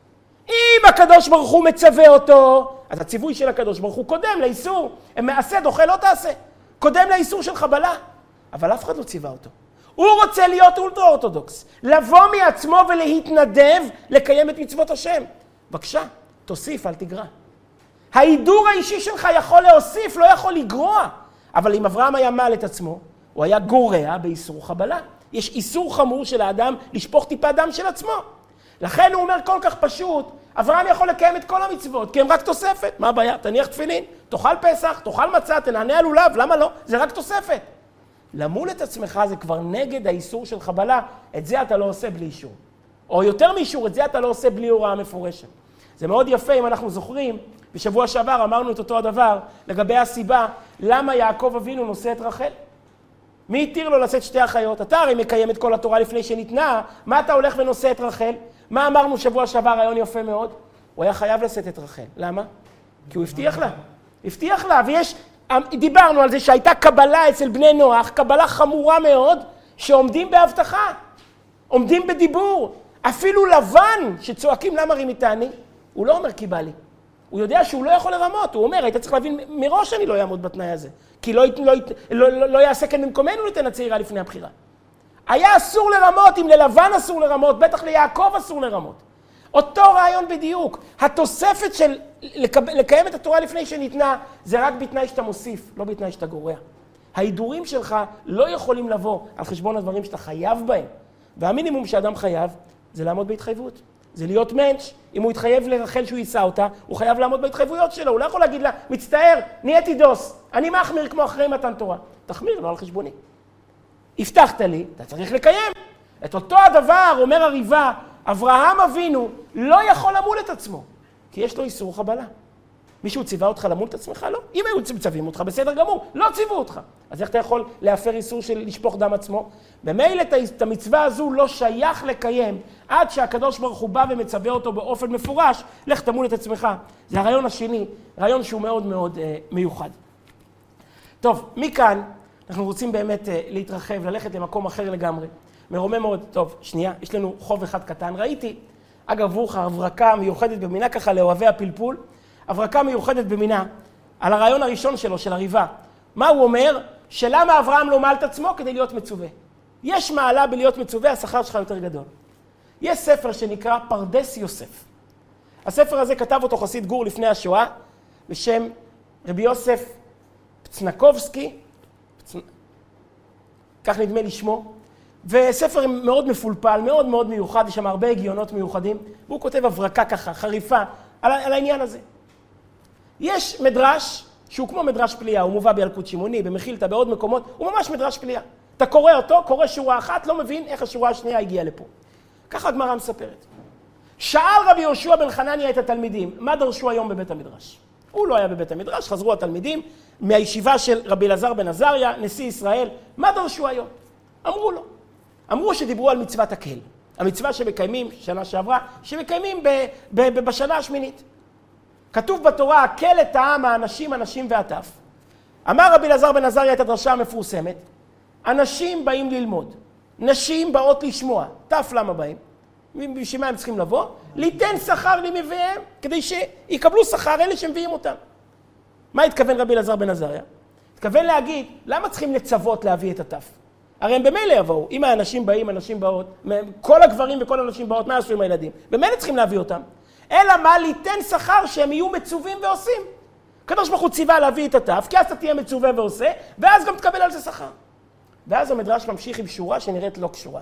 אם הקדוש ברוך הוא מצווה אותו, אז הציווי של הקדוש ברוך הוא קודם לאיסור. מעשה דוחה לא תעשה. קודם לאיסור של חבלה. אבל אף אחד לא ציווה אותו. הוא רוצה להיות אולטרה אורתודוקס. לבוא מעצמו ולהתנדב לקיים את מצוות השם. בבקשה, תוסיף, אל תגרע. ההידור האישי שלך יכול להוסיף, לא יכול לגרוע. אבל אם אברהם היה מעל את עצמו, הוא היה גורע באיסור חבלה. יש איסור חמור של האדם לשפוך טיפה דם של עצמו. לכן הוא אומר כל כך פשוט, אברהם יכול לקיים את כל המצוות, כי הם רק תוספת. מה הבעיה? תניח תפילין, תאכל פסח, תאכל מצה, תנענע לולב, למה לא? זה רק תוספת. למול את עצמך זה כבר נגד האיסור של חבלה, את זה אתה לא עושה בלי אישור. או יותר מאישור, את זה אתה לא עושה בלי הוראה מפורשת. זה מאוד יפה אם אנחנו זוכרים, בשבוע שעבר אמרנו את אותו הדבר, לגבי הסיבה, למה יעקב אבינו נושא את רחל. מי התיר לו לשאת שתי אחיות? אתה הרי מקיים את כל התורה לפני שניתנה, מה אתה הולך ונושא את רחל? מה אמרנו שבוע שעבר, רעיון יפה מאוד? הוא היה חייב לשאת את רחל. למה? כי הוא הבטיח לה. הבטיח לה, ויש, דיברנו על זה שהייתה קבלה אצל בני נוח, קבלה חמורה מאוד, שעומדים בהבטחה, עומדים בדיבור. אפילו לבן שצועקים למה רימיתני, הוא לא אומר כי בא לי. הוא יודע שהוא לא יכול לרמות, הוא אומר, היית צריך להבין, מראש אני לא אעמוד בתנאי הזה, כי לא, לא, לא, לא, לא יעשה כן במקומנו לתן הצעירה לפני הבחירה. היה אסור לרמות, אם ללבן אסור לרמות, בטח ליעקב אסור לרמות. אותו רעיון בדיוק. התוספת של לקב... לקיים את התורה לפני שניתנה, זה רק בתנאי שאתה מוסיף, לא בתנאי שאתה גורע. ההידורים שלך לא יכולים לבוא על חשבון הדברים שאתה חייב בהם. והמינימום שאדם חייב, זה לעמוד בהתחייבות. זה להיות מנש. אם הוא יתחייב לרחל שהוא יישא אותה, הוא חייב לעמוד בהתחייבויות שלו. הוא לא יכול להגיד לה, מצטער, נהייתי דוס, אני מחמיר כמו אחרי מתן תורה. תחמיר, לא על חשבוני. הבטחת לי, אתה צריך לקיים. את אותו הדבר, אומר הריבה, אברהם אבינו לא יכול למול את עצמו, כי יש לו איסור חבלה. מישהו ציווה אותך למול את עצמך? לא. אם היו מצווים אותך, בסדר גמור, לא ציוו אותך. אז איך אתה יכול להפר איסור של לשפוך דם עצמו? במילא את המצווה הזו לא שייך לקיים, עד שהקדוש ברוך הוא בא ומצווה אותו באופן מפורש, לך תמול את עצמך. זה הרעיון השני, רעיון שהוא מאוד מאוד אה, מיוחד. טוב, מכאן אנחנו רוצים באמת אה, להתרחב, ללכת למקום אחר לגמרי. מרומם מאוד. טוב, שנייה, יש לנו חוב אחד קטן. ראיתי, אגב, עבורך, הברקה מיוחדת במינה ככה לאוהבי הפלפול, הברקה מיוחדת במינה על הרעיון הראשון שלו, של הריבה. מה הוא אומר? שלמה אברהם לא מעל את עצמו כדי להיות מצווה. יש מעלה בלהיות מצווה, השכר שלך יותר גדול. יש ספר שנקרא פרדס יוסף. הספר הזה כתב אותו חסיד גור לפני השואה, בשם רבי יוסף פצנקובסקי, פצנ... כך נדמה לי שמו, וספר מאוד מפולפל, מאוד מאוד מיוחד, יש שם הרבה הגיונות מיוחדים, והוא כותב הברקה ככה, חריפה, על, על העניין הזה. יש מדרש שהוא כמו מדרש פליאה, הוא מובא בילקוט שמעוני, במחילתא, בעוד מקומות, הוא ממש מדרש פליאה. אתה קורא אותו, קורא שורה אחת, לא מבין איך השורה השנייה הגיעה לפה. ככה הגמרא מספרת. שאל רבי יהושע בן חנניה את התלמידים, מה דרשו היום בבית המדרש? הוא לא היה בבית המדרש, חזרו התלמידים מהישיבה של רבי אלעזר בן עזריה, נשיא ישראל, מה דרשו היום? אמרו לו. אמרו שדיברו על מצוות הקהל. המצווה שמקיימים, שנה שעברה, שמקיימים ב, ב, ב, בשנה השמינית. כתוב בתורה, הקהל את העם, האנשים, הנשים והטף. אמר רבי אלעזר בן עזריה את הדרשה המפורסמת, אנשים באים ללמוד, נשים באות לשמוע. טף למה באים? בשביל מה הם צריכים לבוא? ליתן שכר למביאם, כדי שיקבלו שכר אלה שמביאים אותם. מה התכוון רבי אלעזר בן עזריה? התכוון להגיד, למה צריכים לצוות להביא את הטף? הרי הם במילא יבואו, אם האנשים באים, אנשים באות, כל הגברים וכל האנשים באות, מה עשו עם הילדים? במילא צריכים להביא אותם. אלא מה? ליתן שכר שהם יהיו מצווים ועושים. הקדוש ברוך הוא ציווה להביא את הטף, כי אז אתה תהיה מצווה ועושה, ואז גם תקבל על זה שכר. ואז המדרש ממשיך עם שורה שנראית לא קשורה.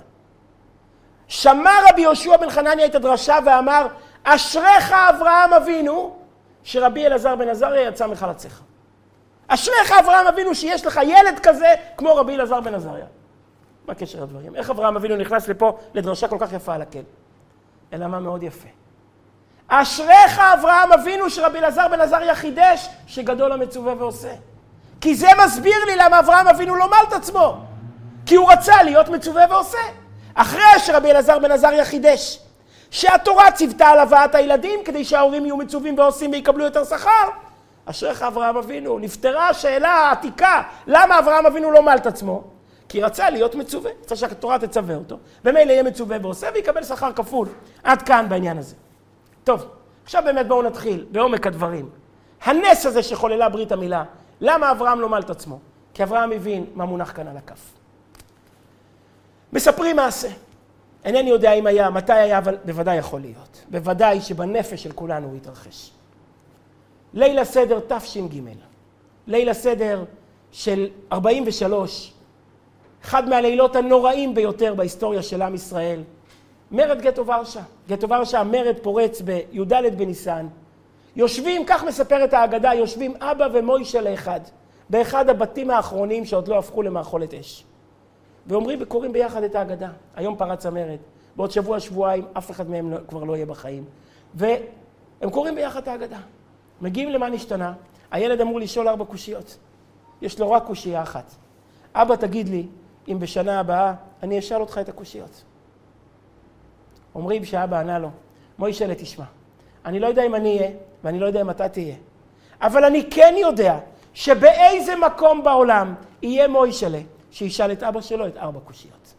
שמע רבי יהושע בן חנניה את הדרשה ואמר, אשריך אברהם אבינו, שרבי אלעזר בן עזריה יצא מחלציך. אשריך אברהם אבינו שיש לך ילד כזה כמו רבי אלעזר בן עזריה. מה קשר הדברים? איך אברהם אבינו נכנס לפה לדרשה כל כך יפה על הקל? אלא מה מאוד יפה. אשריך אברהם אבינו שרבי אלעזר בן עזריה חידש שגדול המצווה ועושה. כי זה מסביר לי למה אברהם אבינו לא מעל את עצמו. כי הוא רצה להיות מצווה ועושה. אחרי שרבי אלעזר בן עזריה חידש שהתורה ציוותה על הבאת הילדים כדי שההורים יהיו מצווים ועושים ויקבלו יותר שכר, אשריך אברהם אבינו, נפתרה השאלה העתיקה, למה אברהם אבינו לא מעל את עצמו? כי רצה להיות מצווה, רצה שהתורה תצווה אותו, ומילא יהיה מצווה ועושה ויקבל שכר כפול. עד כאן בעניין הזה. טוב, עכשיו באמת בואו נתחיל בעומק הדברים. הנס הזה שחוללה ברית המילה, למה אברהם לא מל את עצמו? כי אברהם הבין מה מונח כאן על הכף. מספרים מעשה. אינני יודע אם היה, מתי היה, אבל בוודאי יכול להיות. בוודאי שבנפש של כולנו הוא יתרחש. ליל סדר תש"ג, ליל סדר של ארבעים ושלוש, אחד מהלילות הנוראים ביותר בהיסטוריה של עם ישראל, מרד גטו ורשה. גטו ורשה, המרד פורץ בי"ד בניסן. יושבים, כך מספרת האגדה, יושבים אבא ומוישה לאחד, באחד הבתים האחרונים שעוד לא הפכו למאכולת אש. ואומרים וקוראים ביחד את האגדה. היום פרץ המרד, בעוד שבוע, שבועיים, אף אחד מהם כבר לא יהיה בחיים. והם קוראים ביחד את האגדה. מגיעים למה נשתנה, הילד אמור לשאול ארבע קושיות. יש לו רק קושייה אחת. אבא, תגיד לי, אם בשנה הבאה אני אשאל אותך את הקושיות. אומרים שאבא ענה לו, מוישלה תשמע, אני לא יודע אם אני אהיה, ואני לא יודע אם אתה תהיה. אבל אני כן יודע שבאיזה מקום בעולם יהיה מוישלה, שישאל את אבא שלו את ארבע קושיות.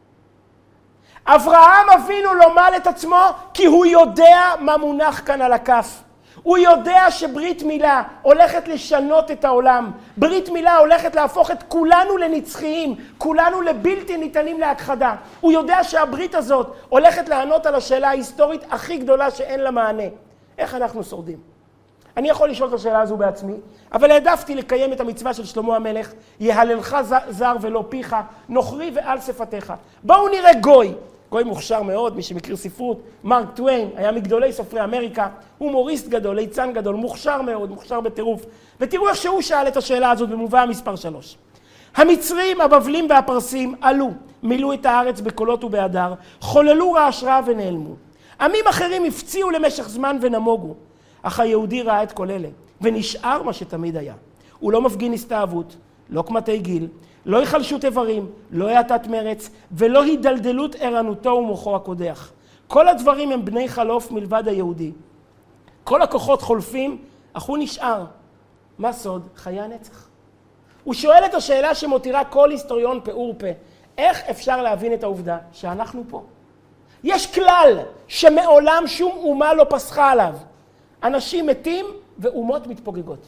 אברהם אבינו לא מל את עצמו, כי הוא יודע מה מונח כאן על הכף. הוא יודע שברית מילה הולכת לשנות את העולם. ברית מילה הולכת להפוך את כולנו לנצחיים, כולנו לבלתי ניתנים להכחדה. הוא יודע שהברית הזאת הולכת לענות על השאלה ההיסטורית הכי גדולה שאין לה מענה. איך אנחנו שורדים? אני יכול לשאול את השאלה הזו בעצמי, אבל העדפתי לקיים את המצווה של שלמה המלך, יהללך זר ולא פיך, נוכרי ועל שפתיך. בואו נראה גוי. גוי מוכשר מאוד, מי שמכיר ספרות, מרק טוויין, היה מגדולי סופרי אמריקה, הומוריסט גדול, ליצן גדול, מוכשר מאוד, מוכשר בטירוף. ותראו איך שהוא שאל את השאלה הזאת במובא מספר שלוש. המצרים, הבבלים והפרסים עלו, מילאו את הארץ בקולות ובהדר, חוללו רעש רע ונעלמו. עמים אחרים הפציעו למשך זמן ונמוגו, אך היהודי ראה את כל אלה, ונשאר מה שתמיד היה. הוא לא מפגין הסתאבות, לא קמתי גיל, לא יחלשות איברים, לא יעתת מרץ, ולא הידלדלות ערנותו ומוחו הקודח. כל הדברים הם בני חלוף מלבד היהודי. כל הכוחות חולפים, אך הוא נשאר. מה סוד? חיי הנצח. הוא שואל את השאלה שמותירה כל היסטוריון פעור פה. איך אפשר להבין את העובדה שאנחנו פה? יש כלל שמעולם שום אומה לא פסחה עליו. אנשים מתים ואומות מתפוגגות.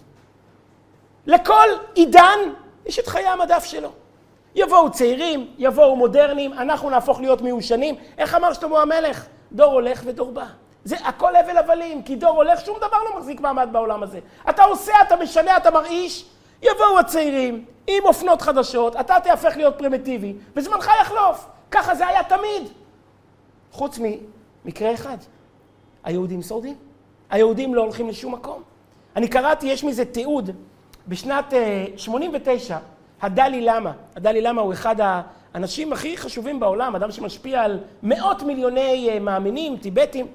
לכל עידן יש את חיי המדף שלו. יבואו צעירים, יבואו מודרניים, אנחנו נהפוך להיות מיושנים. איך אמר שלמה המלך? דור הולך ודור בא. זה הכל הבל הבלים, כי דור הולך, שום דבר לא מחזיק מעמד בעולם הזה. אתה עושה, אתה משנה, אתה מרעיש. יבואו הצעירים עם אופנות חדשות, אתה תהפך להיות פרימיטיבי, וזמנך יחלוף. ככה זה היה תמיד. חוץ ממקרה אחד. היהודים שורדים. היהודים לא הולכים לשום מקום. אני קראתי, יש מזה תיעוד. בשנת שמונים ותשע, הדלי למה, הדלי למה הוא אחד האנשים הכי חשובים בעולם, אדם שמשפיע על מאות מיליוני מאמינים, טיבטים.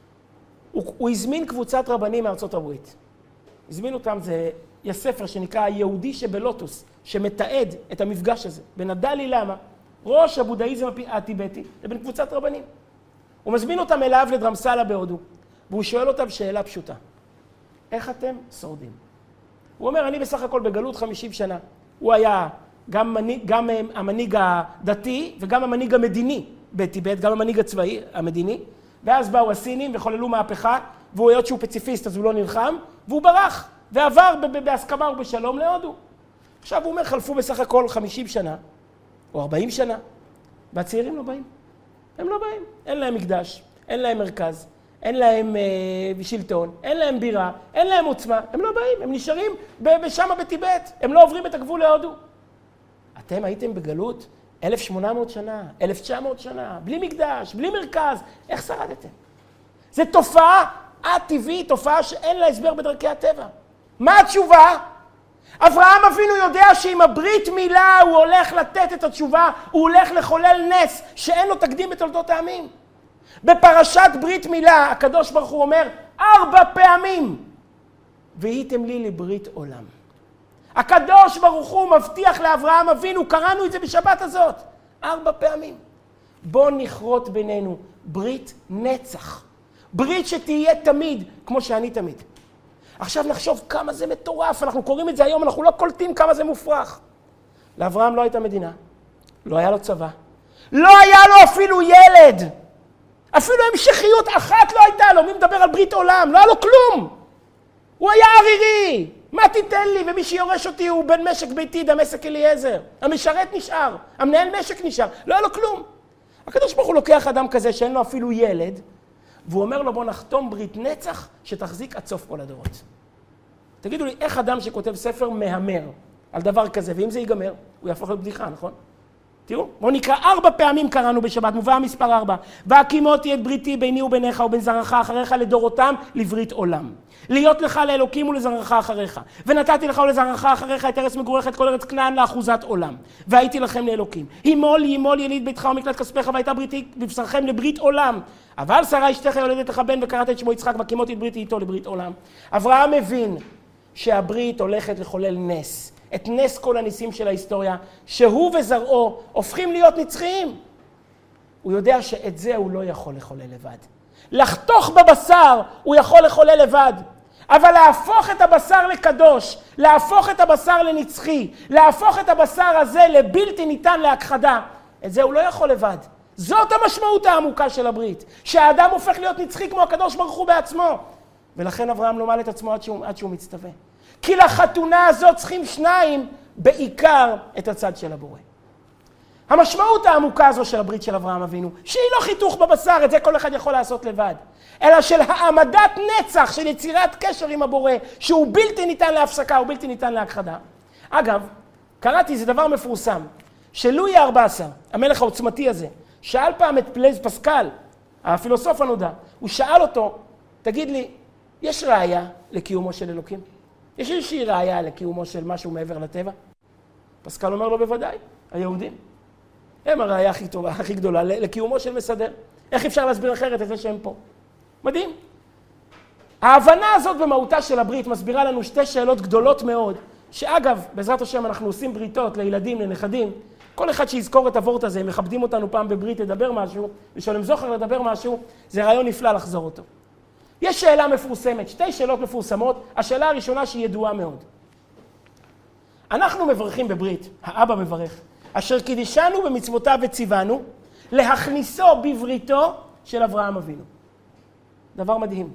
הוא, הוא הזמין קבוצת רבנים מארצות הברית. הזמין אותם, זה יש ספר שנקרא היהודי שבלוטוס, שמתעד את המפגש הזה, בין הדלי למה, ראש הבודהיזם הטיבטי, לבין קבוצת רבנים. הוא מזמין אותם אליו לדרמסלה בהודו, והוא שואל אותם שאלה פשוטה. איך אתם שורדים? הוא אומר, אני בסך הכל בגלות חמישים שנה. הוא היה גם, מנהיג, גם המנהיג הדתי וגם המנהיג המדיני בטיבט, גם המנהיג הצבאי המדיני. ואז באו הסינים וחוללו מהפכה, והוא היות שהוא פציפיסט אז הוא לא נלחם, והוא ברח ועבר בהסכמה ובשלום להודו. עכשיו הוא אומר, חלפו בסך הכל חמישים שנה או ארבעים שנה, והצעירים לא באים. הם לא באים. אין להם מקדש, אין להם מרכז. אין להם אה, שלטון, אין להם בירה, אין להם עוצמה, הם לא באים, הם נשארים בשמה בטיבט, הם לא עוברים את הגבול להודו. אתם הייתם בגלות אלף ושמונה מאות שנה, אלף ותשע מאות שנה, בלי מקדש, בלי מרכז, איך שרדתם? זו תופעה א-טבעית, תופעה שאין לה הסבר בדרכי הטבע. מה התשובה? אברהם אבינו יודע שעם הברית מילה הוא הולך לתת את התשובה, הוא הולך לחולל נס שאין לו תקדים בתולדות העמים. בפרשת ברית מילה, הקדוש ברוך הוא אומר ארבע פעמים, והייתם לי לברית עולם. הקדוש ברוך הוא מבטיח לאברהם אבינו, קראנו את זה בשבת הזאת, ארבע פעמים. בוא נכרות בינינו ברית נצח, ברית שתהיה תמיד כמו שאני תמיד. עכשיו נחשוב כמה זה מטורף, אנחנו קוראים את זה היום, אנחנו לא קולטים כמה זה מופרך. לאברהם לא הייתה מדינה, לא היה לו צבא, לא היה לו אפילו ילד. אפילו המשכיות אחת לא הייתה לו. מי מדבר על ברית עולם? לא היה לו כלום. הוא היה ערירי. מה תיתן לי? ומי שיורש אותי הוא בן משק ביתי, דמשק אליעזר. המשרת נשאר, המנהל משק נשאר. לא היה לו כלום. הקדוש ברוך הוא לוקח אדם כזה שאין לו אפילו ילד, והוא אומר לו, בוא נחתום ברית נצח שתחזיק עד סוף כל הדורות. תגידו לי, איך אדם שכותב ספר מהמר על דבר כזה, ואם זה ייגמר, הוא יהפוך לבדיחה, נכון? תראו, בואו נקרא, ארבע פעמים קראנו בשבת, מובא מספר ארבע. והקימותי את בריתי ביני וביניך ובין זרעך אחריך לדורותם לברית עולם. להיות לך לאלוקים ולזרעך אחריך. ונתתי לך ולזרעך אחריך את ארץ מגורך, את כל ארץ כנען לאחוזת עולם. והייתי לכם לאלוקים. הימול ימול יליד ביתך ומקלט כספך, והייתה בריתי בבשרכם לברית עולם. אבל שרה אשתך יולדת לך בן וקראת את שמו יצחק, והקימותי את בריתי איתו לברית עולם. אברהם מבין שהברית הולכת לחולל נס. את נס כל הניסים של ההיסטוריה, שהוא וזרעו הופכים להיות נצחיים. הוא יודע שאת זה הוא לא יכול לחולל לבד. לחתוך בבשר הוא יכול לחולל לבד. אבל להפוך את הבשר לקדוש, להפוך את הבשר לנצחי, להפוך את הבשר הזה לבלתי ניתן להכחדה, את זה הוא לא יכול לבד. זאת המשמעות העמוקה של הברית. שהאדם הופך להיות נצחי כמו הקדוש ברוך הוא בעצמו. ולכן אברהם לא מעל את עצמו עד שהוא, עד שהוא מצטווה. כי לחתונה הזאת צריכים שניים, בעיקר את הצד של הבורא. המשמעות העמוקה הזו של הברית של אברהם אבינו, שהיא לא חיתוך בבשר, את זה כל אחד יכול לעשות לבד, אלא של העמדת נצח, של יצירת קשר עם הבורא, שהוא בלתי ניתן להפסקה, הוא בלתי ניתן להכחדה. אגב, קראתי, זה דבר מפורסם, שלואי ה-ארבע עשר, המלך העוצמתי הזה, שאל פעם את פלז פסקל, הפילוסוף הנודע, הוא שאל אותו, תגיד לי, יש ראיה לקיומו של אלוקים? יש איזושהי ראיה לקיומו של משהו מעבר לטבע? פסקל אומר לו בוודאי, היהודים. הם הראיה הכי טובה, הכי גדולה, לקיומו של מסדר. איך אפשר להסביר אחרת את זה שהם פה? מדהים. ההבנה הזאת במהותה של הברית מסבירה לנו שתי שאלות גדולות מאוד, שאגב, בעזרת השם אנחנו עושים בריתות לילדים, לנכדים. כל אחד שיזכור את הוורט הזה, הם מכבדים אותנו פעם בברית לדבר משהו, ושואלים זוכר לדבר משהו, זה רעיון נפלא לחזור אותו. יש שאלה מפורסמת, שתי שאלות מפורסמות, השאלה הראשונה שהיא ידועה מאוד. אנחנו מברכים בברית, האבא מברך, אשר קידשנו במצוותיו וציוונו, להכניסו בבריתו של אברהם אבינו. דבר מדהים.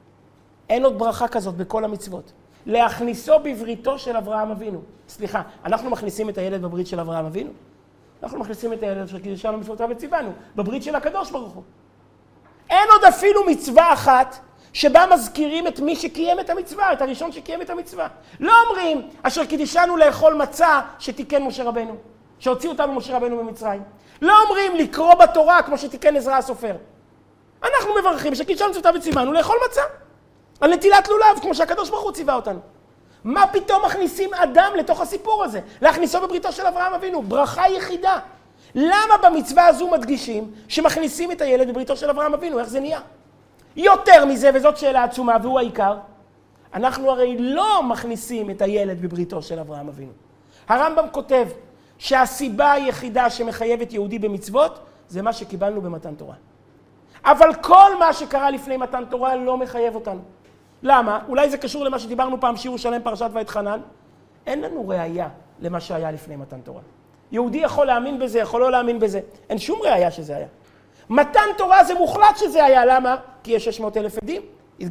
אין עוד ברכה כזאת בכל המצוות. להכניסו בבריתו של אברהם אבינו. סליחה, אנחנו מכניסים את הילד בברית של אברהם אבינו? אנחנו מכניסים את הילד אשר קידשנו במצוותיו וציוונו, בברית של הקדוש ברוך הוא. אין עוד אפילו מצווה אחת שבה מזכירים את מי שקיים את המצווה, את הראשון שקיים את המצווה. לא אומרים, אשר קידשנו לאכול מצה שתיקן משה רבנו, שהוציא אותנו משה רבנו ממצרים. לא אומרים לקרוא בתורה כמו שתיקן עזרא הסופר. אנחנו מברכים שקידשנו מצוותיו וציוונו לאכול מצה. על נטילת לולב, כמו שהקדוש ברוך הוא ציווה אותנו. מה פתאום מכניסים אדם לתוך הסיפור הזה? להכניסו בבריתו של אברהם אבינו, ברכה יחידה. למה במצווה הזו מדגישים שמכניסים את הילד בבריתו של אברהם אבינו? איך זה נהיה? יותר מזה, וזאת שאלה עצומה, והוא העיקר, אנחנו הרי לא מכניסים את הילד בבריתו של אברהם אבינו. הרמב"ם כותב שהסיבה היחידה שמחייבת יהודי במצוות, זה מה שקיבלנו במתן תורה. אבל כל מה שקרה לפני מתן תורה לא מחייב אותנו. למה? אולי זה קשור למה שדיברנו פעם שיעור שלם פרשת ואתחנן. אין לנו ראייה למה שהיה לפני מתן תורה. יהודי יכול להאמין בזה, יכול לא להאמין בזה. אין שום ראייה שזה היה. מתן תורה זה מוחלט שזה היה. למה? כי יש שש מאות אלף עדים.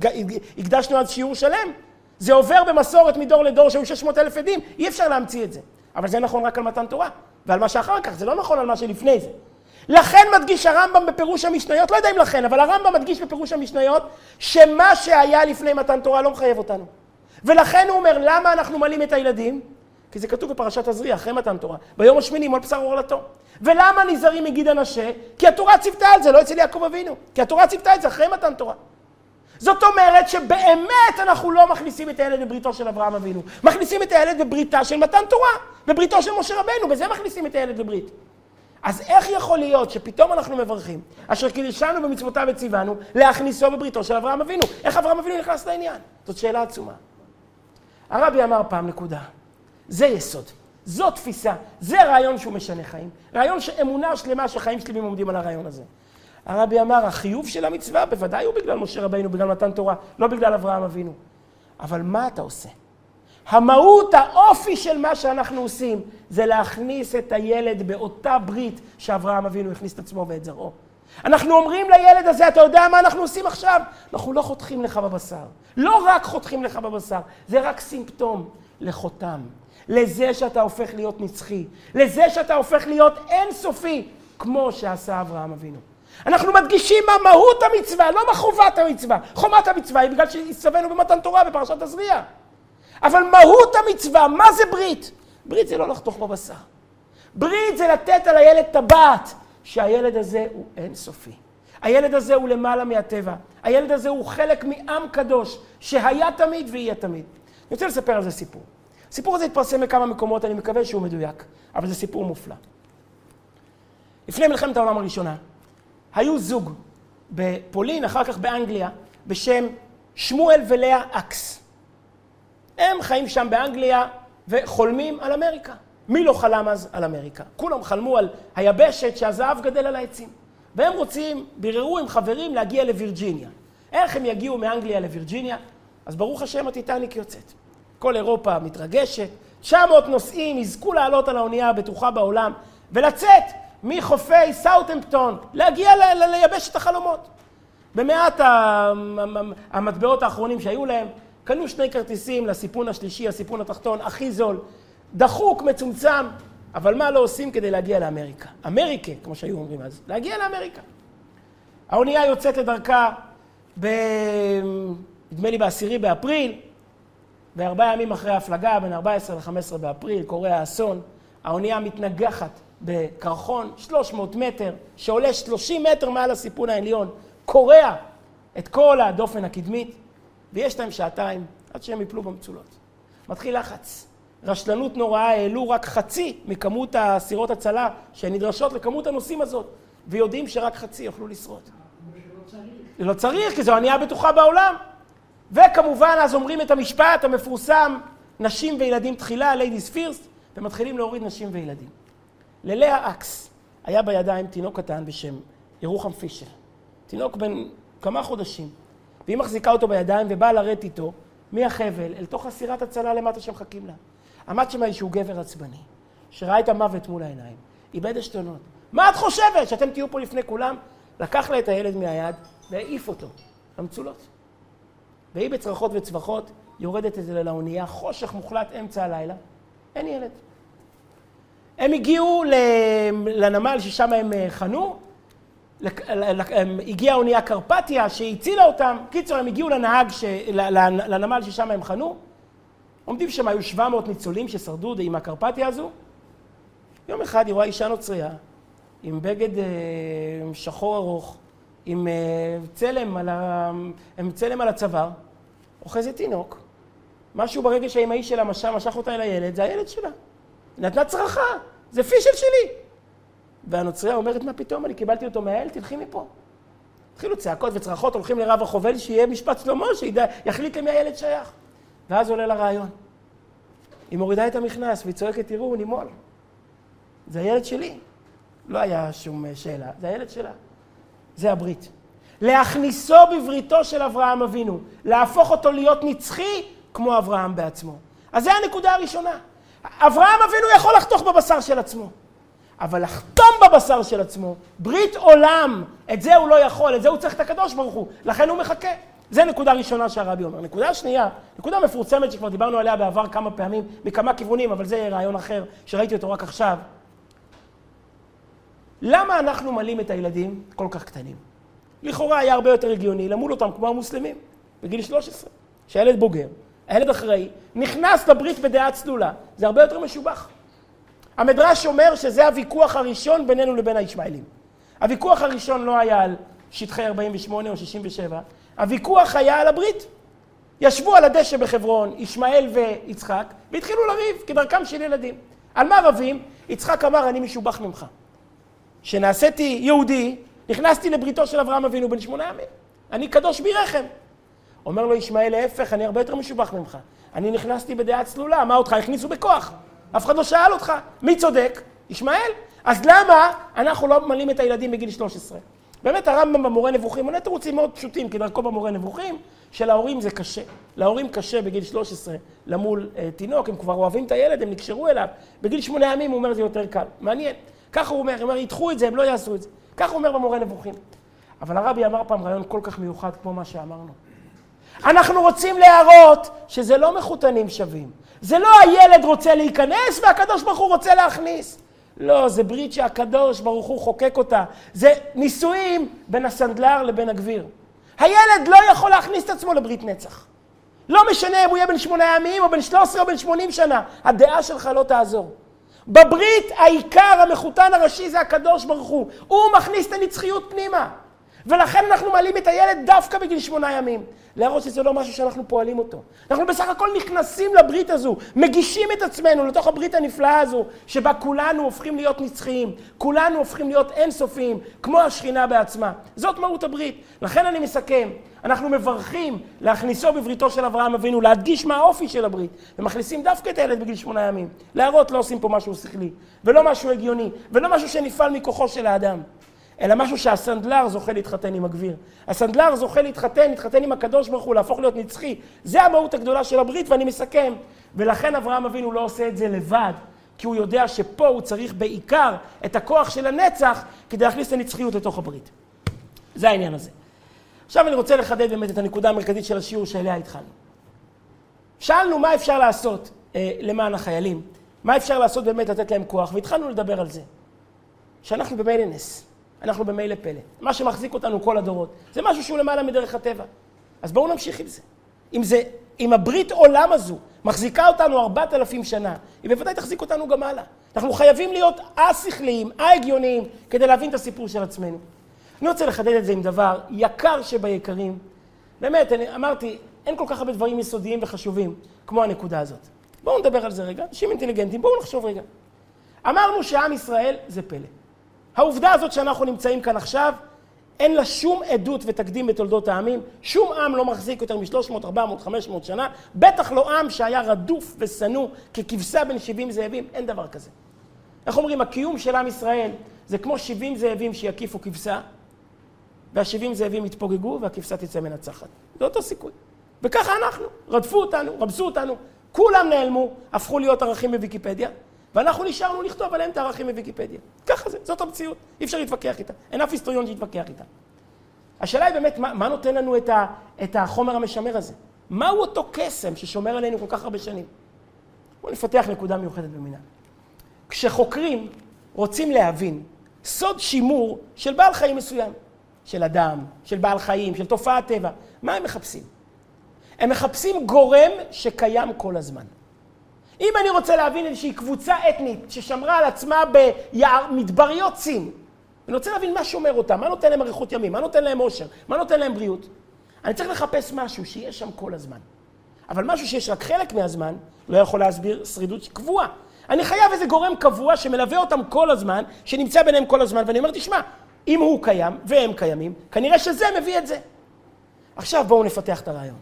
הקדשנו אז שיעור שלם. זה עובר במסורת מדור לדור שהיו שש מאות אלף עדים. אי אפשר להמציא את זה. אבל זה נכון רק על מתן תורה. ועל מה שאחר כך, זה לא נכון על מה שלפני זה. לכן מדגיש הרמב"ם בפירוש המשניות, לא יודע אם לכן, אבל הרמב"ם מדגיש בפירוש המשניות, שמה שהיה לפני מתן תורה לא מחייב אותנו. ולכן הוא אומר, למה אנחנו מלים את הילדים? כי זה כתוב בפרשת תזריע, אחרי מתן תורה. ביום השמיני, מול בשר עורלתו. ולמה נזהרים מגיד הנשה? כי התורה ציוותה על זה, לא אצל יעקב אבינו. כי התורה ציוותה את זה אחרי מתן תורה. זאת אומרת שבאמת אנחנו לא מכניסים את הילד בבריתו של אברהם אבינו. מכניסים את הילד בבריתה של מתן תורה, בבריתו של משה רבנו, בזה מכניסים את הילד בברית. אז איך יכול להיות שפתאום אנחנו מברכים, אשר קידשנו במצוותיו וציוונו, להכניסו בבריתו של אברהם אבינו? איך אברהם אבינו נכנס לעניין? זאת שאלה עצומה. הרבי אמר פעם נקודה, זה יסוד, זו תפיסה, זה רעיון שהוא משנה חיים. רעיון שאמונה שלמה שחיים שלמים עומדים על הרעיון הזה. הרבי אמר, החיוב של המצווה בוודאי הוא בגלל משה רבנו, בגלל מתן תורה, לא בגלל אברהם אבינו. אבל מה אתה עושה? המהות, האופי של מה שאנחנו עושים, זה להכניס את הילד באותה ברית שאברהם אבינו הכניס את עצמו ואת זרעו. אנחנו אומרים לילד הזה, אתה יודע מה אנחנו עושים עכשיו? אנחנו לא חותכים לך בבשר. לא רק חותכים לך בבשר, זה רק סימפטום לחותם. לזה שאתה הופך להיות נצחי. לזה שאתה הופך להיות אינסופי, כמו שעשה אברהם אבינו. אנחנו מדגישים מה מהות המצווה, לא מה חובת המצווה. חומת המצווה היא בגלל שהצטווינו במתן תורה בפרשת תזריע. אבל מהות המצווה, מה זה ברית? ברית זה לא לחתוך בבשר. ברית זה לתת על הילד טבעת, שהילד הזה הוא אינסופי. הילד הזה הוא למעלה מהטבע. הילד הזה הוא חלק מעם קדוש, שהיה תמיד ויהיה תמיד. אני רוצה לספר על זה סיפור. הסיפור הזה התפרסם בכמה מקומות, אני מקווה שהוא מדויק, אבל זה סיפור מופלא. לפני מלחמת העולם הראשונה, היו זוג בפולין, אחר כך באנגליה, בשם שמואל ולאה אקס. הם חיים שם באנגליה וחולמים על אמריקה. מי לא חלם אז על אמריקה? כולם חלמו על היבשת שהזהב גדל על העצים. והם רוצים, ביררו עם חברים להגיע לווירג'יניה. איך הם יגיעו מאנגליה לווירג'יניה? אז ברוך השם הטיטניק יוצאת. כל אירופה מתרגשת, תשע מאות נוסעים יזכו לעלות על האונייה הבטוחה בעולם, ולצאת מחופי סאות'המפטון, להגיע ל- ל- ליבשת החלומות. במעט המטבעות האחרונים שהיו להם, קנו שני כרטיסים לסיפון השלישי, הסיפון התחתון, הכי זול, דחוק, מצומצם, אבל מה לא עושים כדי להגיע לאמריקה? אמריקה, כמו שהיו אומרים אז, להגיע לאמריקה. האונייה יוצאת לדרכה, ב... נדמה לי בעשירי באפריל, וארבעה ימים אחרי ההפלגה, בין ארבעה עשר ל-חמישה עשר באפריל, קורה האסון, האונייה מתנגחת בקרחון שלוש מאות מטר, שעולה שלושים מטר מעל הסיפון העליון, קורע את כל הדופן הקדמית, ויש להם שעתיים עד שהם יפלו במצולות. מתחיל לחץ. רשלנות נוראה, העלו רק חצי מכמות הסירות הצלה שנדרשות לכמות הנוסעים הזאת, ויודעים שרק חצי יוכלו לשרוד. לא צריך, כי זו אונייה בטוחה בעולם. וכמובן, אז אומרים את המשפט המפורסם, נשים וילדים תחילה, ladies first, ומתחילים להוריד נשים וילדים. ללאה אקס היה בידיים תינוק קטן בשם ירוחם פישר. תינוק בן כמה חודשים, והיא מחזיקה אותו בידיים ובאה לרדת איתו מהחבל אל תוך הסירת הצלה למטה שמחכים לה. עמד שם איזשהו גבר עצבני, שראה את המוות מול העיניים, איבד עשתונות. מה את חושבת? שאתם תהיו פה לפני כולם? לקח לה את הילד מהיד והעיף אותו למצולות. והיא בצרחות וצווחות יורדת את זה לאונייה, חושך מוחלט אמצע הלילה, אין ילד. הם הגיעו לנמל ששם הם חנו, הגיעה האונייה קרפטיה שהצילה אותם, קיצור הם הגיעו לנהג, ש... לנמל ששם הם חנו, עומדים שם, היו שבע מאות ניצולים ששרדו עם הקרפטיה הזו. יום אחד היא רואה אישה נוצריה, עם בגד שחור ארוך, עם צלם על, ה... עם צלם על הצוואר, אוחזת תינוק. משהו ברגע שהאמאי שלה משך, משך אותה אל הילד, זה הילד שלה. נתנה צרחה, זה פישל שלי. והנוצריה אומרת, מה פתאום, אני קיבלתי אותו מהילד, תלכי מפה. התחילו צעקות וצרחות, הולכים לרב החובל, שיהיה משפט שלמה, שיחליט למי הילד שייך. ואז עולה לרעיון. היא מורידה את המכנס והיא צועקת, תראו, הוא נימול. זה הילד שלי. לא היה שום שאלה, זה הילד שלה. זה הברית. להכניסו בבריתו של אברהם אבינו, להפוך אותו להיות נצחי כמו אברהם בעצמו. אז זה הנקודה הראשונה. אברהם אבינו יכול לחתוך בבשר של עצמו. אבל לחתום בבשר של עצמו, ברית עולם, את זה הוא לא יכול, את זה הוא צריך את הקדוש ברוך הוא, לכן הוא מחכה. זה נקודה ראשונה שהרבי אומר. נקודה שנייה, נקודה מפורסמת שכבר דיברנו עליה בעבר כמה פעמים, מכמה כיוונים, אבל זה רעיון אחר שראיתי אותו רק עכשיו. למה אנחנו מלאים את הילדים כל כך קטנים? לכאורה היה הרבה יותר הגיוני למול אותם כמו המוסלמים, בגיל שלוש עשרה, שהילד בוגר, הילד אחראי, נכנס לברית בדעה צלולה, זה הרבה יותר משובח. המדרש אומר שזה הוויכוח הראשון בינינו לבין הישמעאלים. הוויכוח הראשון לא היה על שטחי ארבעים ושמונה או שישים ושבע, הוויכוח היה על הברית. ישבו על הדשא בחברון, ישמעאל ויצחק, והתחילו לריב כדרכם של ילדים. על מה רבים? יצחק אמר, אני משובח ממך. שנעשיתי יהודי, נכנסתי לבריתו של אברהם אבינו בן שמונה ימים. אני קדוש בירחם. אומר לו ישמעאל, להפך, אני הרבה יותר משובח ממך. אני נכנסתי בדעה צלולה, מה אותך? הכניסו בכוח. אף אחד לא שאל אותך. מי צודק? ישמעאל. אז למה אנחנו לא ממלאים את הילדים בגיל שלוש עשרה? באמת הרמב"ם במורה נבוכים, עונה תירוצים מאוד פשוטים, כדרכו במורה נבוכים, שלהורים זה קשה. להורים קשה בגיל שלוש עשרה למול אה, תינוק, הם כבר אוהבים את הילד, הם נקשרו אליו. בגיל שמונה ימים הוא אומר זה יותר קל. מעניין. ככה הוא אומר, הוא אומר, ידחו את זה, הם לא יעשו את זה. כך אומר במורה נבוכים. אבל הרבי אמר פעם רעיון כל כך מיוחד כמו מה שאמרנו. אנחנו רוצים להראות שזה לא מחותנים שווים. זה לא הילד רוצה להיכנס והקדוש ברוך הוא רוצה להכניס. לא, זה ברית שהקדוש ברוך הוא חוקק אותה. זה נישואים בין הסנדלר לבין הגביר. הילד לא יכול להכניס את עצמו לברית נצח. לא משנה אם הוא יהיה בן שמונה ימים או בן שלוש עשרה או בן שמונים שנה. הדעה שלך לא תעזור. בברית העיקר המחותן הראשי זה הקדוש ברוך הוא. הוא מכניס את הנצחיות פנימה. ולכן אנחנו מעלים את הילד דווקא בגיל שמונה ימים. להראות שזה לא משהו שאנחנו פועלים אותו. אנחנו בסך הכל נכנסים לברית הזו, מגישים את עצמנו לתוך הברית הנפלאה הזו, שבה כולנו הופכים להיות נצחיים, כולנו הופכים להיות אינסופיים, כמו השכינה בעצמה. זאת מהות הברית. לכן אני מסכם, אנחנו מברכים להכניסו בבריתו של אברהם אבינו, להדגיש מה האופי של הברית, ומכניסים דווקא את הילד בגיל שמונה ימים. להראות לא עושים פה משהו שכלי, ולא משהו הגיוני, ולא משהו שנפעל מכוחו של האדם. אלא משהו שהסנדלר זוכה להתחתן עם הגביר. הסנדלר זוכה להתחתן, להתחתן עם הקדוש ברוך הוא, להפוך להיות נצחי. זה המהות הגדולה של הברית, ואני מסכם. ולכן אברהם אבינו לא עושה את זה לבד, כי הוא יודע שפה הוא צריך בעיקר את הכוח של הנצח, כדי להכניס את הנצחיות לתוך הברית. זה העניין הזה. עכשיו אני רוצה לחדד באמת את הנקודה המרכזית של השיעור שאליה התחלנו. שאלנו מה אפשר לעשות אה, למען החיילים, מה אפשר לעשות באמת לתת להם כוח, והתחלנו לדבר על זה. שאנחנו במילא נס. אנחנו במילא פלא. מה שמחזיק אותנו כל הדורות, זה משהו שהוא למעלה מדרך הטבע. אז בואו נמשיך עם זה. אם זה, אם הברית עולם הזו מחזיקה אותנו ארבעת אלפים שנה, היא בוודאי תחזיק אותנו גם הלאה. אנחנו חייבים להיות א-שכליים, א-הגיוניים, כדי להבין את הסיפור של עצמנו. אני רוצה לחדד את זה עם דבר יקר שביקרים. באמת, אני אמרתי, אין כל כך הרבה דברים יסודיים וחשובים כמו הנקודה הזאת. בואו נדבר על זה רגע. אנשים אינטליגנטים, בואו נחשוב רגע. אמרנו שעם ישראל זה פלא. העובדה הזאת שאנחנו נמצאים כאן עכשיו, אין לה שום עדות ותקדים בתולדות העמים. שום עם לא מחזיק יותר מ-שלוש מאות, ארבע מאות, חמש מאות שנה. בטח לא עם שהיה רדוף ושנוא ככבשה בין שבעים זאבים. אין דבר כזה. איך אומרים, הקיום של עם ישראל זה כמו שבעים זאבים שיקיפו כבשה, והשבעים זאבים יתפוגגו והכבשה תצא מנצחת. זה אותו סיכוי. וככה אנחנו. רדפו אותנו, רבסו אותנו. כולם נעלמו, הפכו להיות ערכים בוויקיפדיה. ואנחנו נשארנו לכתוב עליהם את הערכים בוויקיפדיה. ככה זה, זאת המציאות. אי אפשר להתווכח איתה. אין אף היסטוריון שיתווכח איתה. השאלה היא באמת, מה, מה נותן לנו את, ה, את החומר המשמר הזה? מהו אותו קסם ששומר עלינו כל כך הרבה שנים? בואו נפתח נקודה מיוחדת במינה. כשחוקרים רוצים להבין סוד שימור של בעל חיים מסוים, של אדם, של בעל חיים, של תופעת טבע, מה הם מחפשים? הם מחפשים גורם שקיים כל הזמן. אם אני רוצה להבין איזושהי קבוצה אתנית ששמרה על עצמה במדבריות סין, אני רוצה להבין מה שומר אותה, מה נותן להם אריכות ימים, מה נותן להם עושר, מה נותן להם בריאות. אני צריך לחפש משהו שיש שם כל הזמן. אבל משהו שיש רק חלק מהזמן, לא יכול להסביר שרידות קבועה. אני חייב איזה גורם קבוע שמלווה אותם כל הזמן, שנמצא ביניהם כל הזמן, ואני אומר, תשמע, אם הוא קיים והם קיימים, כנראה שזה מביא את זה. עכשיו בואו נפתח את הרעיון.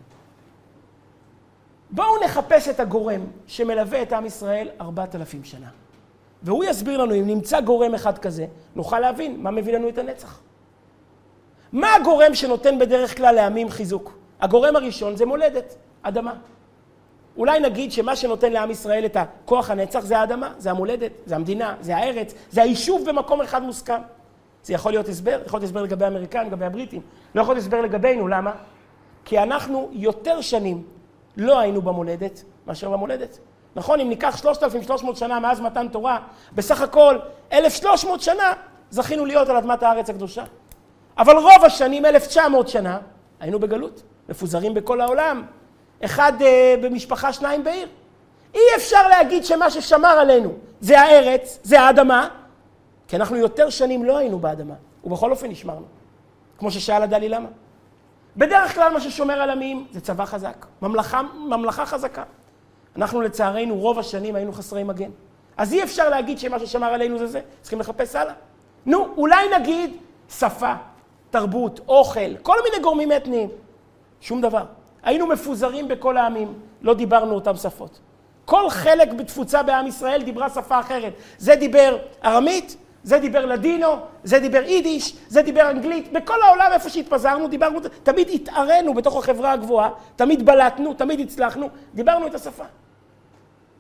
בואו נחפש את הגורם שמלווה את עם ישראל ארבעת אלפים שנה. והוא יסביר לנו, אם נמצא גורם אחד כזה, נוכל להבין מה מביא לנו את הנצח. מה הגורם שנותן בדרך כלל לעמים חיזוק? הגורם הראשון זה מולדת, אדמה. אולי נגיד שמה שנותן לעם ישראל את הכוח הנצח זה האדמה, זה המולדת, זה המדינה, זה הארץ, זה היישוב במקום אחד מוסכם. זה יכול להיות הסבר, יכול להיות הסבר לגבי האמריקאים, לגבי הבריטים. לא יכול להיות הסבר לגבינו, למה? כי אנחנו יותר שנים לא היינו במולדת מאשר במולדת. נכון, אם ניקח שלושת אלפים ושלוש מאות שנה מאז מתן תורה, בסך הכל אלף ושלוש מאות שנה זכינו להיות על אדמת הארץ הקדושה. אבל רוב השנים, אלף ותשע מאות שנה, היינו בגלות, מפוזרים בכל העולם. אחד אה, במשפחה, שניים בעיר. אי אפשר להגיד שמה ששמר עלינו זה הארץ, זה האדמה, כי אנחנו יותר שנים לא היינו באדמה, ובכל אופן נשמרנו. כמו ששאל הדלי למה. בדרך כלל מה ששומר על עמים זה צבא חזק, ממלכה, ממלכה חזקה. אנחנו לצערנו רוב השנים היינו חסרי מגן. אז אי אפשר להגיד שמה ששמר עלינו זה זה, צריכים לחפש הלאה. נו, אולי נגיד שפה, תרבות, אוכל, כל מיני גורמים אתניים. שום דבר. היינו מפוזרים בכל העמים, לא דיברנו אותם שפות. כל חלק בתפוצה בעם ישראל דיברה שפה אחרת. זה דיבר ארמית, זה דיבר לדינו, זה דיבר יידיש, זה דיבר אנגלית. בכל העולם איפה שהתפזרנו, דיברנו, תמיד התארנו בתוך החברה הגבוהה, תמיד בלטנו, תמיד הצלחנו, דיברנו את השפה.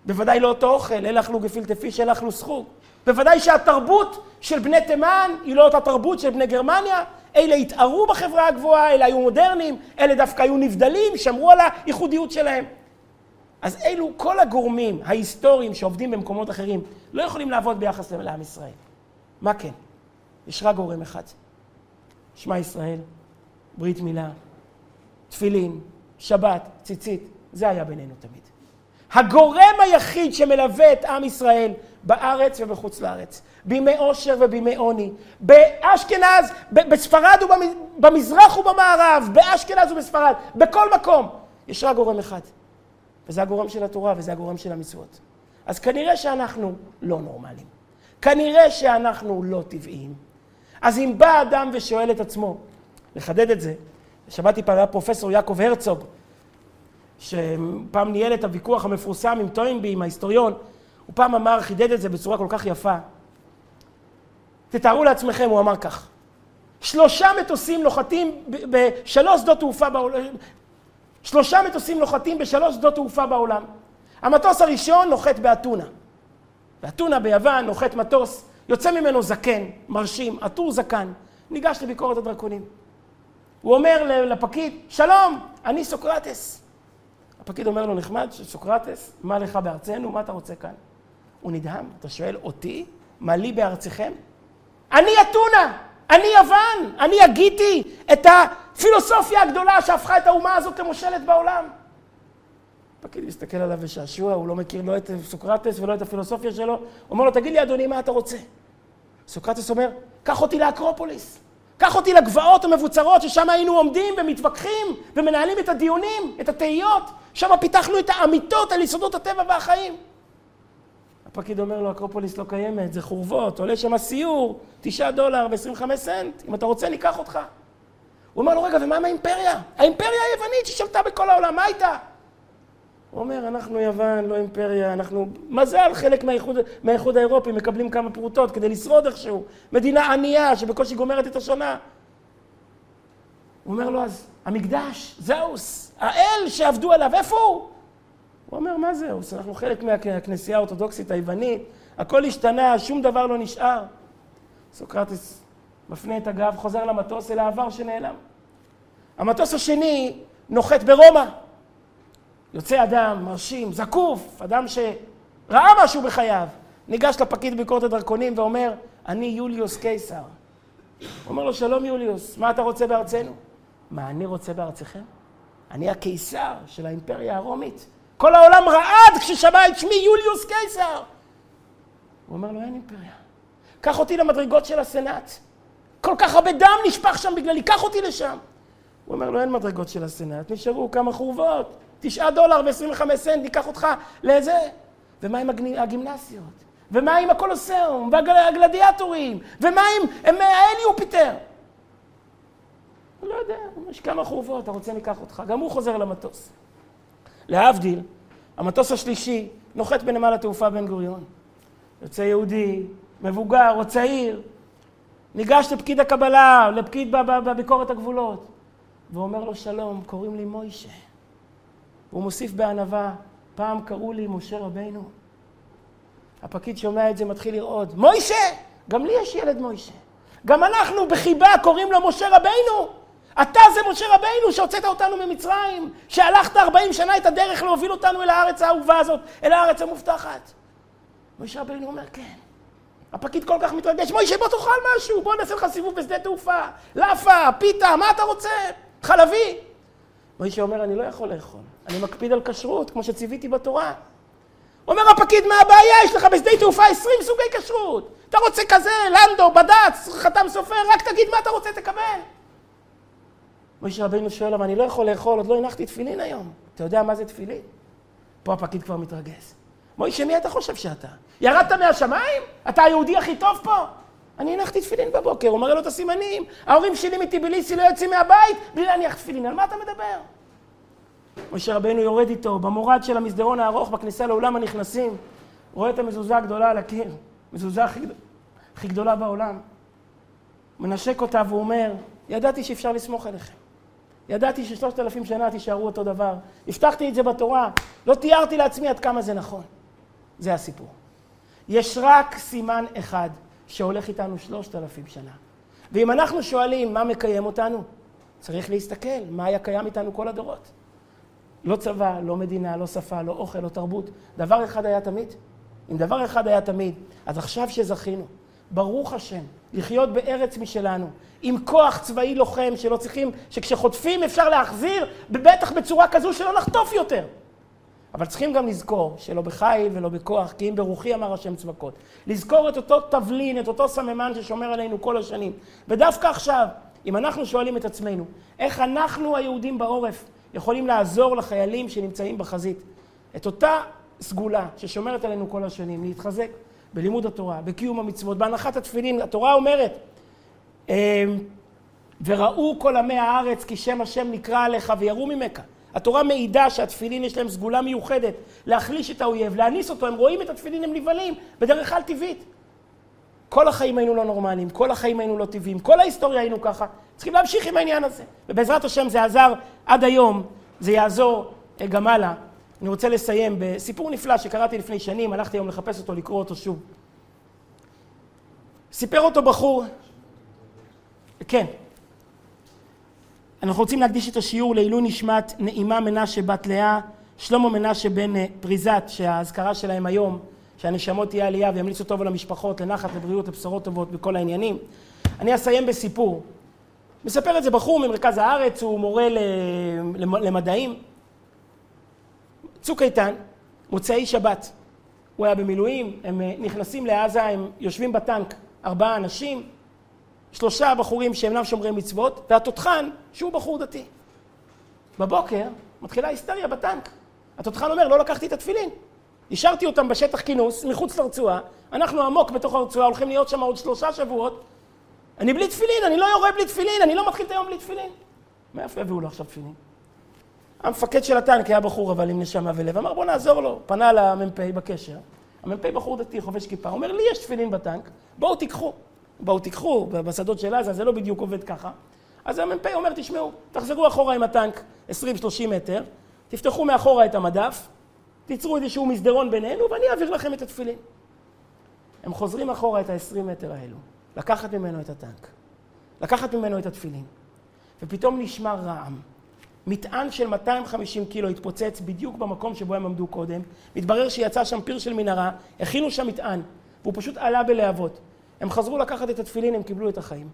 בוודאי לא אותו אוכל, אל אכלו גפילטע פיש, אל אכלו סחוג. בוודאי שהתרבות של בני תימן היא לא אותה תרבות של בני גרמניה. אלה התארו בחברה הגבוהה, אלה היו מודרניים, אלה דווקא היו נבדלים, שמרו על הייחודיות שלהם. אז אלו כל הגורמים ההיסטוריים שעובדים במקומות אחרים לא יכולים לעבוד ביחס לעם ישראל. מה כן? יש רק גורם אחד. שמע ישראל, ברית מילה, תפילין, שבת, ציצית, זה היה בינינו תמיד. הגורם היחיד שמלווה את עם ישראל בארץ ובחוץ לארץ, בימי עושר ובימי עוני, באשכנז, בספרד ובמזרח ובמערב, באשכנז ובספרד, בכל מקום, יש רק גורם אחד. וזה הגורם של התורה וזה הגורם של המצוות. אז כנראה שאנחנו לא נורמליים. כנראה שאנחנו לא טבעיים. אז אם בא אדם ושואל את עצמו, לחדד את זה, שמעתי פעם פרופסור יעקב הרצוג, שפעם ניהל את הוויכוח המפורסם עם טוינבי, עם ההיסטוריון, הוא פעם אמר, חידד את זה בצורה כל כך יפה. תתארו לעצמכם, הוא אמר כך, שלושה מטוסים נוחתים בשלוש שדות תעופה בעולם, שלושה מטוסים נוחתים בשלוש שדות תעופה בעולם. המטוס הראשון נוחת באתונה. באתונה ביוון נוחת מטוס, יוצא ממנו זקן, מרשים, עטור זקן, ניגש לביקורת הדרקונים. הוא אומר לפקיד, שלום, אני סוקרטס. הפקיד אומר לו, נחמד, סוקרטס, מה לך בארצנו, מה אתה רוצה כאן? הוא נדהם, אתה שואל אותי, מה לי בארציכם? אני אתונה, אני יוון, אני הגיתי את הפילוסופיה הגדולה שהפכה את האומה הזאת למושלת בעולם. הפקיד מסתכל עליו ושעשוע, הוא לא מכיר לא את סוקרטס ולא את הפילוסופיה שלו. הוא אומר לו, תגיד לי אדוני, מה אתה רוצה? סוקרטס אומר, קח אותי לאקרופוליס. קח אותי לגבעות המבוצרות ששם היינו עומדים ומתווכחים ומנהלים את הדיונים, את התהיות. שם פיתחנו את האמיתות על יסודות הטבע והחיים. הפקיד אומר לו, אקרופוליס לא קיימת, זה חורבות, עולה שם סיור, תשעה דולר ועשרים וחמישה סנט, אם אתה רוצה ניקח אותך. הוא אומר לו, רגע, ומה עם האימפריה? האימפריה היוונית ששלטה בכל העולם, מה הייתה? הוא אומר, אנחנו יוון, לא אימפריה, אנחנו מזל חלק מהאיחוד, מהאיחוד האירופי, מקבלים כמה פרוטות כדי לשרוד איכשהו. מדינה ענייה שבקושי גומרת את השנה. הוא אומר לו, אז המקדש, זאוס, האל שעבדו עליו, איפה הוא? הוא אומר, מה זאוס? אנחנו חלק מהכנסייה האורתודוקסית היוונית, הכל השתנה, שום דבר לא נשאר. סוקרטס מפנה את הגב, חוזר למטוס אל העבר שנעלם. המטוס השני נוחת ברומא. יוצא אדם, מרשים, זקוף, אדם שראה משהו בחייו. ניגש לפקיד ביקורת הדרקונים ואומר, אני יוליוס קיסר. הוא אומר לו, שלום יוליוס, מה אתה רוצה בארצנו? מה אני רוצה בארצכם? אני הקיסר של האימפריה הרומית. כל העולם רעד כששמע את שמי יוליוס קיסר. הוא אומר לו, אין אימפריה. קח אותי למדרגות של הסנאט. כל כך הרבה דם נשפך שם בגללי, קח אותי לשם. הוא אומר לו, אין מדרגות של הסנאט, נשארו כמה חורבות. תשעה דולר ועשרים וחמישה סנט, ניקח אותך לאיזה? ומה עם הגימנסיות? ומה עם הקולוסיאום? והגלדיאטורים? ומה עם האל יופיטר? הוא לא יודע, יש כמה חורבות, אתה רוצה ניקח אותך. גם הוא חוזר למטוס. להבדיל, המטוס השלישי נוחת בנמל התעופה בן גוריון. יוצא יהודי, מבוגר או צעיר, ניגש לפקיד הקבלה, לפקיד בביקורת הגבולות, ואומר לו, שלום, קוראים לי מוישה. הוא מוסיף בענווה, פעם קראו לי משה רבינו. הפקיד שומע את זה, מתחיל לרעוד. מוישה! גם לי יש ילד מוישה. גם אנחנו בחיבה קוראים לו משה רבינו. אתה זה משה רבינו שהוצאת אותנו ממצרים, שהלכת ארבעים שנה את הדרך להוביל אותנו אל הארץ האהובה הזאת, אל הארץ המובטחת. משה רבינו אומר, כן. הפקיד כל כך מתרגש, מוישה, בוא תאכל משהו, בוא נעשה לך סיבוב בשדה תעופה. לאפה, פיתה, מה אתה רוצה? חלבי. מוישה אומר, אני לא יכול לאכול. אני מקפיד על כשרות, כמו שציוויתי בתורה. אומר הפקיד, מה הבעיה? יש לך בשדה תעופה עשרים סוגי כשרות. אתה רוצה כזה, לנדו, בד"ץ, חתם סופר, רק תגיד מה אתה רוצה, תקבל. מוישה רבינו שואל, אבל אני לא יכול לאכול, עוד לא הנחתי תפילין היום. אתה יודע מה זה תפילין? פה הפקיד כבר מתרגש. מוישה, מי אתה חושב שאתה? ירדת מהשמיים? אתה היהודי הכי טוב פה? אני הנחתי תפילין בבוקר, הוא מראה לו את הסימנים. ההורים שלי מטיביליסי לא יוצאים מהבית, בלי להניח תפילין. על מה אתה מדבר? משה רבינו יורד איתו במורד של המסדרון הארוך בכניסה לאולם הנכנסים. רואה את המזוזה הגדולה על הקיר, מזוזה הכי, הכי גדולה בעולם. מנשק אותה והוא אומר, ידעתי שאפשר לסמוך עליכם. ידעתי ששלושת אלפים שנה תישארו אותו דבר. הבטחתי את זה בתורה, לא תיארתי לעצמי עד כמה זה נכון. זה הסיפור. יש רק סימן אחד שהולך איתנו שלושת אלפים שנה. ואם אנחנו שואלים מה מקיים אותנו, צריך להסתכל מה היה קיים איתנו כל הדורות. לא צבא, לא מדינה, לא שפה, לא אוכל, לא תרבות. דבר אחד היה תמיד. אם דבר אחד היה תמיד, אז עכשיו שזכינו, ברוך השם, לחיות בארץ משלנו, עם כוח צבאי לוחם שלא צריכים, שכשחוטפים אפשר להחזיר, בטח בצורה כזו שלא נחטוף יותר. אבל צריכים גם לזכור שלא בחיל ולא בכוח, כי אם ברוחי אמר השם צבקות. לזכור את אותו תבלין, את אותו סממן ששומר עלינו כל השנים. ודווקא עכשיו, אם אנחנו שואלים את עצמנו, איך אנחנו היהודים בעורף יכולים לעזור לחיילים שנמצאים בחזית, את אותה סגולה ששומרת עלינו כל השנים, להתחזק בלימוד התורה, בקיום המצוות, בהנחת התפילין. התורה אומרת, וראו כל עמי הארץ כי שם השם נקרא עליך ויראו ממך. התורה מעידה שהתפילין יש להם סגולה מיוחדת, להחליש את האויב, להניס אותו. הם רואים את התפילין, הם נבלים בדרך כלל טבעית. כל החיים היינו לא נורמליים, כל החיים היינו לא טבעיים, כל ההיסטוריה היינו ככה. צריכים להמשיך עם העניין הזה. ובעזרת השם זה עזר עד היום, זה יעזור גם הלאה. אני רוצה לסיים בסיפור נפלא שקראתי לפני שנים, הלכתי היום לחפש אותו, לקרוא אותו שוב. סיפר אותו בחור, כן. אנחנו רוצים להקדיש את השיעור לעילוי נשמת נעימה מנשה בת לאה, שלמה מנשה בן פריזת, שההזכרה שלהם היום, שהנשמות תהיה עלייה וימליצו טוב על המשפחות, לנחת, לבריאות, לבשורות טובות בכל העניינים. אני אסיים בסיפור. מספר את זה בחור ממרכז הארץ, הוא מורה למדעים. צוק איתן, מוצאי שבת. הוא היה במילואים, הם נכנסים לעזה, הם יושבים בטנק, ארבעה אנשים, שלושה בחורים שאינם שומרי מצוות, והתותחן שהוא בחור דתי. בבוקר מתחילה היסטריה בטנק. התותחן אומר, לא לקחתי את התפילין. השארתי אותם בשטח כינוס, מחוץ לרצועה. אנחנו עמוק בתוך הרצועה, הולכים להיות שם עוד שלושה שבועות. אני בלי תפילין, אני לא יורה בלי תפילין, אני לא מתחיל את היום בלי תפילין. מאיפה הביאו לו עכשיו תפילין? המפקד של הטנק היה בחור אבל עם נשמה ולב. אמר, בוא נעזור לו. פנה למ"פ בקשר. המ"פ בחור דתי, חובש כיפה. אומר, לי יש תפילין בטנק, בואו תיקחו. בואו תיקחו, בשדות של עזה, זה לא בדיוק עובד ככה. אז המ"פ אומר, תשמעו, תחזרו אחורה עם הטנק עשרים שלושים מטר, תפתחו מאחורה את המדף, תיצרו איזשהו מסדרון בינינו, ואני אעביר לכם את התפילין. הם חוזרים אחורה את ה-עשרים מטר האלו, לקחת ממנו את הטנק, לקחת ממנו את התפילין, ופתאום נשמע רעם. מטען של מאתיים וחמישים קילו התפוצץ בדיוק במקום שבו הם עמדו קודם, מתברר שיצא שם פיר של מנהרה, הכינו שם מטען, והוא פשוט עלה בלהבות. הם חזרו לקחת את התפילין, הם קיבלו את החיים.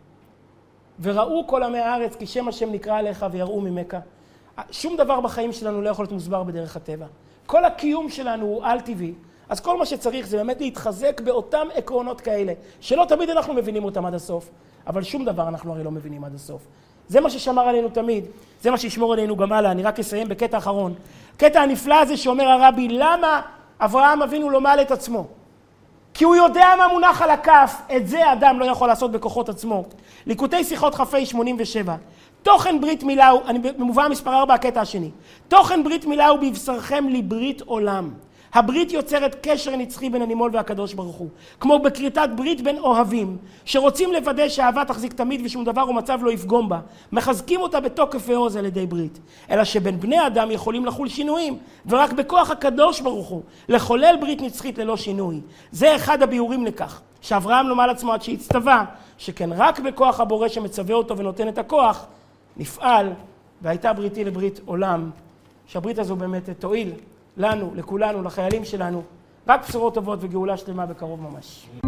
וראו כל עמי הארץ כי שם השם נקרא עליך ויראו ממך. שום דבר בחיים שלנו לא יכול להיות מוסבר בדרך הטבע. כל הקיום שלנו הוא על טבעי, אז כל מה שצריך זה באמת להתחזק באותם עקרונות כאלה, שלא תמיד אנחנו מבינים אותם עד הסוף, אבל שום דבר אנחנו הרי לא מבינים עד הסוף. זה מה ששמר עלינו תמיד, זה מה שישמור עלינו גם הלאה. אני רק אסיים בקטע אחרון. קטע הנפלא הזה שאומר הרבי, למה אברהם אבינו לא מעל את עצמו? כי הוא יודע מה מונח על הכף, את זה אדם לא יכול לעשות בכוחות עצמו. ליקוטי שיחות חפי שמונים ושבע. תוכן ברית מילה הוא, אני במובא מספר ארבע, הקטע השני. תוכן ברית מילה הוא בבשרכם לברית עולם. הברית יוצרת קשר נצחי בין הנימול והקדוש ברוך הוא. כמו בכריתת ברית בין אוהבים, שרוצים לוודא שהאהבה תחזיק תמיד ושום דבר ומצב לא יפגום בה. מחזקים אותה בתוקף ועוז על ידי ברית. אלא שבין בני אדם יכולים לחול שינויים, ורק בכוח הקדוש ברוך הוא, לחולל ברית נצחית ללא שינוי. זה אחד הביאורים לכך, שאברהם לומר לעצמו עד שהצטווה, שכן רק בכוח הבורא שמצווה אותו ונותן את הכוח, נפעל, והייתה בריתי לברית עולם, שהברית הזו באמת תועיל לנו, לכולנו, לחיילים שלנו, רק בשורות טובות וגאולה שלמה בקרוב ממש.